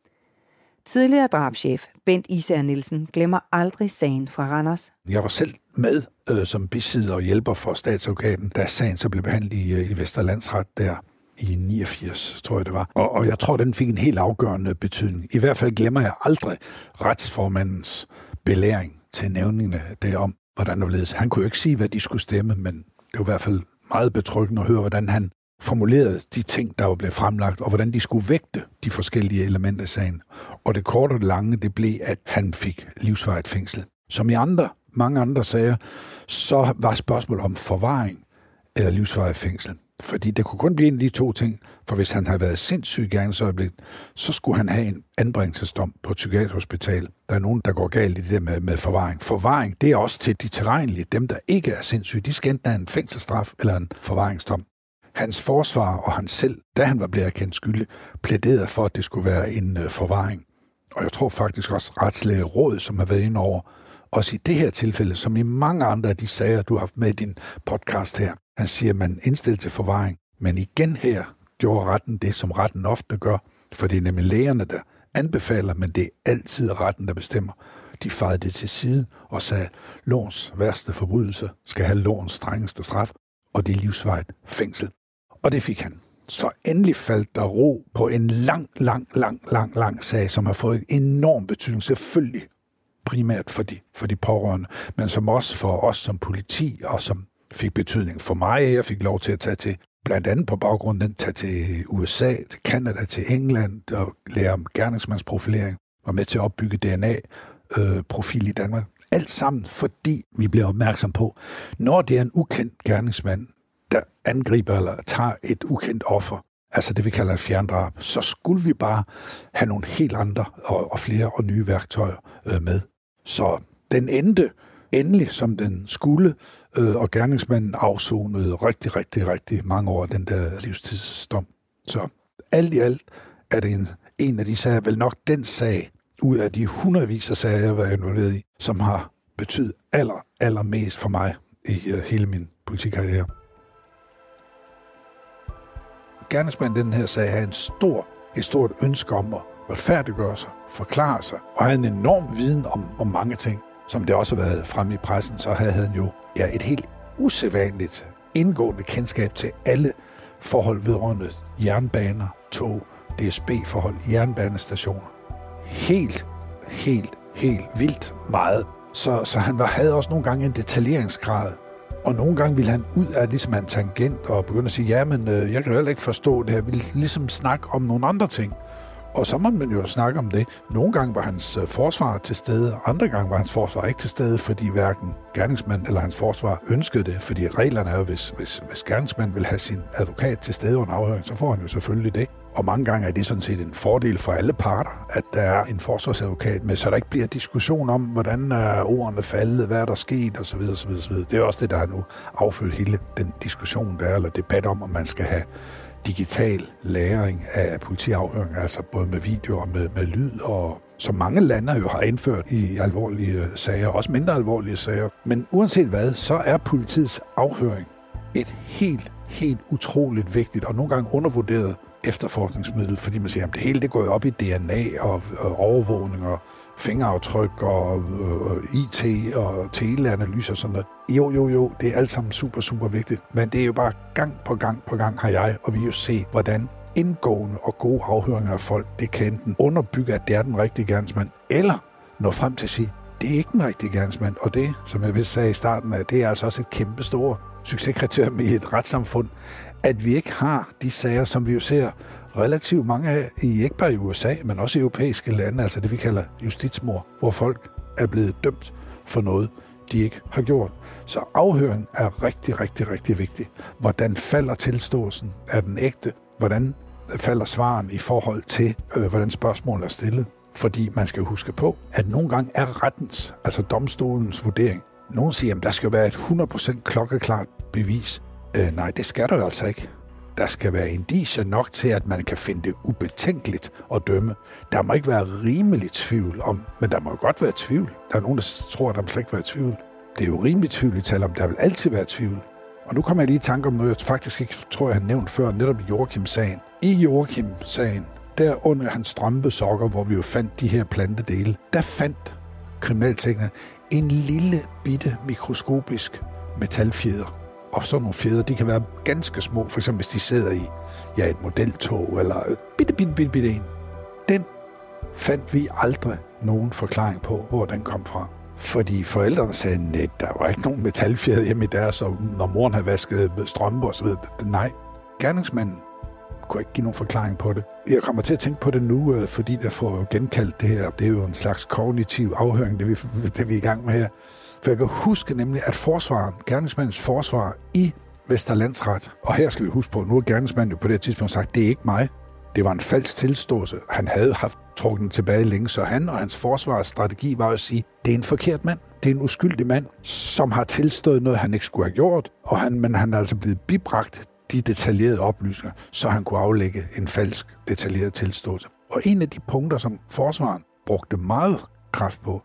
Tidligere drabschef Bent Isager Nielsen glemmer aldrig sagen fra Randers. Jeg var selv med øh, som bisidder og hjælper for statsadvokaten, da sagen så blev behandlet i, i Vesterlandsret der i niogfirs, tror jeg det var. Og, og jeg tror, den fik en helt afgørende betydning. I hvert fald glemmer jeg aldrig retsformandens belæring til nævningene derom, hvordan det ledes. Han kunne jo ikke sige, hvad de skulle stemme, men det var i hvert fald meget betryggende at høre, hvordan han formulerede de ting, der var blevet fremlagt, og hvordan de skulle vægte de forskellige elementer i sagen. Og det korte og det lange, det blev, at han fik livsvarigt fængsel. Som i andre, mange andre sager, så var spørgsmål om forvaring eller livsvarigt fængsel. Fordi det kunne kun blive en af de to ting, for hvis han havde været sindssyg i gerningsøjeblik, så skulle han have en anbringelsesdom på et psykiatrisk hospital. Der er nogen, der går galt i det der med, med forvaring. Forvaring, det er også til de tilregnelige, dem der ikke er sindssyge. De skal enten have en fængselsstraf eller en forvaringsdom. Hans forsvar og han selv, da han var blevet erkendt skyldig, plæderede for, at det skulle være en øh, forvaring. Og jeg tror faktisk også retslæge råd, som har været inde over Også i det her tilfælde, som i mange andre af de sager, du har haft med i din podcast her. Han siger, at man indstillet til forvaring. Men igen her gjorde retten det, som retten ofte gør. For det er nemlig lægerne, der anbefaler, men det er altid retten, der bestemmer. De fejede det til side og sagde, at lovens værste forbrydelse skal have lovens strengeste straf, og det er livsvarigt fængsel. Og det fik han. Så endelig faldt der ro på en lang, lang, lang, lang, lang sag, som har fået enorm betydning, selvfølgelig primært for de, for de pårørende, men som også for os som politi, og som fik betydning for mig. Jeg fik lov til at tage til, blandt andet på baggrund den, tage til U S A, til Canada, til England, og lære om gerningsmandsprofilering, og med til at opbygge D N A-profil i Danmark. Alt sammen, fordi vi bliver opmærksom på, når det er en ukendt gerningsmand, der angriber eller tager et ukendt offer, altså det vi kalder et fjerndrab, så skulle vi bare have nogle helt andre og, og flere og nye værktøjer øh, med. Så den endte endelig, som den skulle, øh, og gerningsmanden afsonede rigtig, rigtig, rigtig mange år den der livstidsdom. Så alt i alt er det en, en af de sager, vel nok den sag, ud af de hundredvis af sager, jeg har været involveret i, som har betydet aller, allermest for mig i uh, hele min politikarriere. Gerningsmanden i den her sag havde en stor, et stort ønske om at retfærdiggøre sig, forklare sig, og havde en enorm viden om, om mange ting. Som det også har været fremme i pressen, så havde han jo ja, et helt usædvanligt indgående kendskab til alle forhold vedrørende jernbaner, tog, D S B-forhold, jernbanestationer. Helt, helt, helt vildt meget. Så, så han var, havde også nogle gange en detaljeringsgrad. Og nogle gange ville han ud af ligesom en tangent og begynde at sige, ja, men øh, jeg kan jo heller ikke forstå det. Jeg ville ligesom snakke om nogle andre ting. Og så må man jo snakke om det. Nogle gange var hans forsvar til stede, andre gange var hans forsvar ikke til stede, fordi hverken gerningsmand eller hans forsvar ønskede det. Fordi reglerne er jo, hvis, hvis, hvis gerningsmand vil have sin advokat til stede under afhøring, så får han jo selvfølgelig det. Og mange gange er det sådan set en fordel for alle parter, at der er en forsvarsadvokat med, så der ikke bliver diskussion om, hvordan er ordene faldet, hvad er der sket, osv. osv., osv. Det er også det, der har nu affødt hele den diskussion, der er, eller debat om, om man skal have digital læring af politiafhøring, altså både med video og med, med lyd, og som mange lande jo har indført i alvorlige sager, også mindre alvorlige sager. Men uanset hvad, så er politiets afhøring et helt, helt utroligt vigtigt og nogle gange undervurderet efterforskningsmiddel, fordi man siger, at det hele det går op i D N A og, og overvågning og fingeraftryk og, og I T og teleanalyser og sådan noget. Jo, jo, jo, det er alt sammen super, super vigtigt. Men det er jo bare gang på gang på gang har jeg, og vi jo set, hvordan indgående og gode afhøringer af folk, det kan enten underbygge, at det er den rigtige gerningsmand, eller nå frem til at sige, det er ikke den rigtige gerningsmand. Og det, som jeg vist sagde i starten af, det er altså også et kæmpe stort succeskriterium i et retssamfund, at vi ikke har de sager, som vi jo ser relativt mange af, i ikke bare i U S A, men også i europæiske lande, altså det vi kalder justitsmord, hvor folk er blevet dømt for noget, de ikke har gjort. Så afhøring er rigtig, rigtig, rigtig vigtig. Hvordan falder tilståelsen? Er den ægte? Hvordan falder svaren i forhold til, øh, hvordan spørgsmålet er stillet? Fordi man skal huske på, at nogle gange er rettens, altså domstolens vurdering. Nogle siger, at der skal være et hundrede procent klokkeklart bevis. Øh, nej, det skal der jo altså ikke. Der skal være indicier nok til, at man kan finde det ubetænkeligt at dømme. Der må ikke være rimelig tvivl om, men der må jo godt være tvivl. Der er nogen, der tror, at der må slet ikke være tvivl. Det er jo rimelig tvivl, I taler om. Der vil altid være tvivl. Og nu kommer jeg lige i tanke om noget, jeg faktisk ikke tror, jeg har nævnt før, netop Joachim-sagen. I Joachim-sagen, der under hans strømpesokker, hvor vi jo fandt de her plantedele, der fandt kriminalteknikerne en lille bitte mikroskopisk metalfjeder. Og sådan nogle fjeder, de kan være ganske små, for eksempel hvis de sidder i ja, et modeltog eller et bitte, bitte, bitte, bitte en. Den fandt vi aldrig nogen forklaring på, hvor den kom fra. Fordi forældrene sagde, at der var ikke nogen metalfjeder hjemme i deres, og når moren havde vasket strømper osv. Nej, gerningsmanden kunne ikke give nogen forklaring på det. Jeg kommer til at tænke på det nu, fordi jeg får genkaldt det her. Det er jo en slags kognitiv afhøring, det vi, det vi er i gang med her. For jeg kan huske nemlig, at forsvaren, gerningsmandens forsvar i Vesterlandsret, og her skal vi huske på, nu har gerningsmanden jo på det tidspunkt sagt, det er ikke mig. Det var en falsk tilståelse. Han havde haft trukket den tilbage længe, så han og hans forsvarsstrategi var at sige, det er en forkert mand. Det er en uskyldig mand, som har tilstået noget, han ikke skulle have gjort, og han, men han er altså blevet bibragt de detaljerede oplysninger, så han kunne aflægge en falsk detaljeret tilståelse. Og en af de punkter, som forsvaren brugte meget kraft på,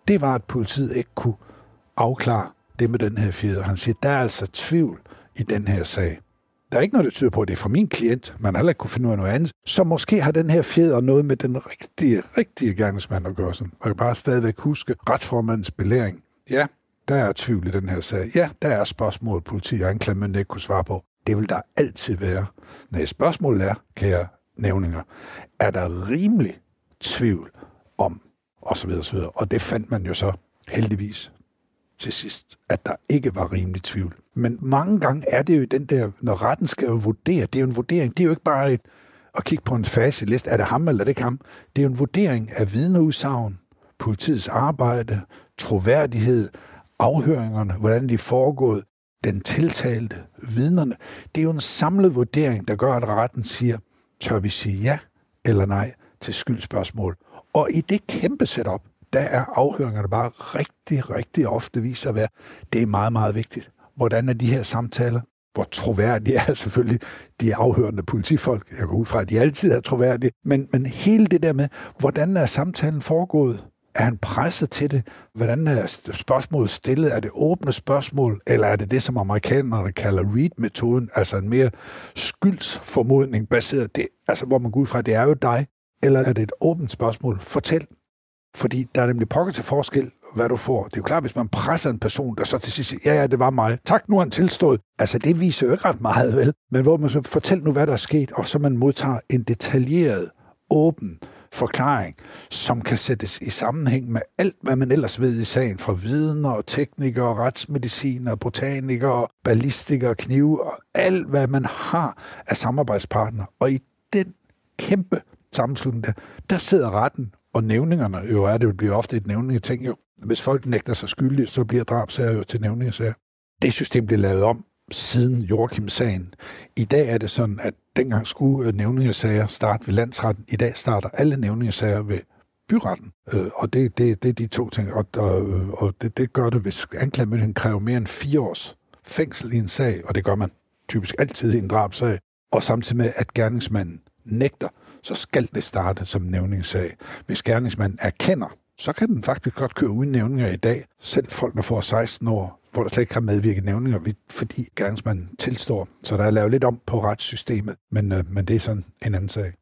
det var, at politiet ikke kunne afklare det med den her fjeder. Han siger, der er altså tvivl i den her sag. Der er ikke noget, der tyder på, at det er fra min klient. Man har heller ikke kunne finde ud af noget andet. Så måske har den her fjeder noget med den rigtige, rigtige gerningsmand at gøre sådan. Og jeg kan bare stadigvæk huske retsformandens belæring. Ja, der er tvivl i den her sag. Ja, der er spørgsmål, politi og anklagemyndighed ikke kunne svare på. Det vil der altid være. Når spørgsmålet er, kære nævninger, er der rimelig tvivl om, og så videre, og så videre. Og det fandt man jo så heldigvis til sidst, at der ikke var rimelig tvivl. Men mange gange er det jo den der, når retten skal jo vurdere, det er jo en vurdering, det er jo ikke bare et, at kigge på en faseliste, er det ham eller er det ikke ham? Det er jo en vurdering af vidneudsagn, politiets arbejde, troværdighed, afhøringerne, hvordan de er foregået, den tiltalte, vidnerne. Det er jo en samlet vurdering, der gør, at retten siger, tør vi sige ja eller nej til skyldspørgsmål. Og i det kæmpe setup, der er afhøringerne bare rigtig, rigtig ofte viser at være, det er meget, meget vigtigt. Hvordan er de her samtaler? Hvor troværdige er selvfølgelig de afhørende politifolk. Jeg går ud fra, at de altid er troværdige. Men, men hele det der med, hvordan er samtalen foregået? Er han presset til det? Hvordan er spørgsmålet stillet? Er det åbne spørgsmål? Eller er det det, som amerikanerne kalder read-metoden? Altså en mere skyldsformodning baseret det, altså hvor man går ud fra, at det er jo dig. Eller er det et åbent spørgsmål? Fortæl. Fordi der er nemlig pokker til forskel, hvad du får. Det er jo klart, hvis man presser en person, der så til sidst siger, ja, ja, det var mig. Tak, nu er han tilstået. Altså, det viser jo ikke ret meget, vel? Men hvor man så fortæller nu, hvad der er sket, og så man modtager en detaljeret, åben forklaring, som kan sættes i sammenhæng med alt, hvad man ellers ved i sagen, fra vidner, teknikere, retsmediciner, botanikere, ballistikere, knive, og alt, hvad man har af samarbejdspartnere. Og i den kæmpe sammenslutning der, der sidder retten og nævningerne, jo er det jo bliver ofte et nævningeting jo. Hvis folk nægter sig skyldige, så bliver drabsager jo til nævningesager. Det system blev lavet om siden Joachim-sagen. I dag er det sådan, at dengang skulle nævningesager starte ved landsretten. I dag starter alle nævningesager ved byretten. Og det, det, det er de to ting. Og, og, og det, det gør det, hvis anklagemyndigheden kræver mere end fire års fængsel i en sag, og det gør man typisk altid i en drabsag, og samtidig med, at gerningsmanden nægter, så skal det starte som nævningssag. Hvis gerningsmanden erkender, så kan den faktisk godt køre uden nævninger i dag. Selv folk, der får seksten år, hvor der slet ikke har medvirket nævninger, fordi gerningsmanden tilstår. Så der er lavet lidt om på retssystemet, men, øh, men det er sådan en anden sag.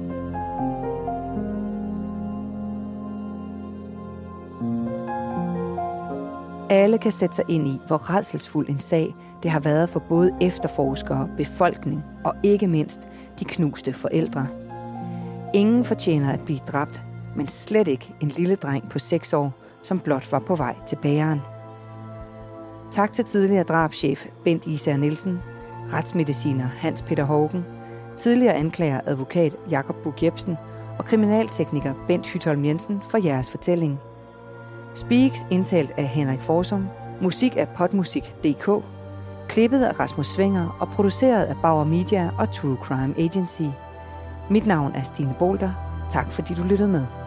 Alle kan sætte sig ind i, hvor rædselsfuld en sag det har været for både efterforskere, befolkning og ikke mindst de knuste forældre. Ingen fortjener at blive dræbt, men slet ikke en lille dreng på seks år, som blot var på vej til bageren. Tak til tidligere drabschef Bent Især Nielsen, retsmediciner Hans Peter Haugen, tidligere anklager advokat Jakob Buch Jebsen og kriminaltekniker Bent Hytholm Jensen for jeres fortælling. Speaks indtalt af Henrik Forsum, musik af podmusik punktum d k, klippet af Rasmus Svinger og produceret af Bauer Media og True Crime Agency. Mit navn er Stine Bolter. Tak fordi du lyttede med.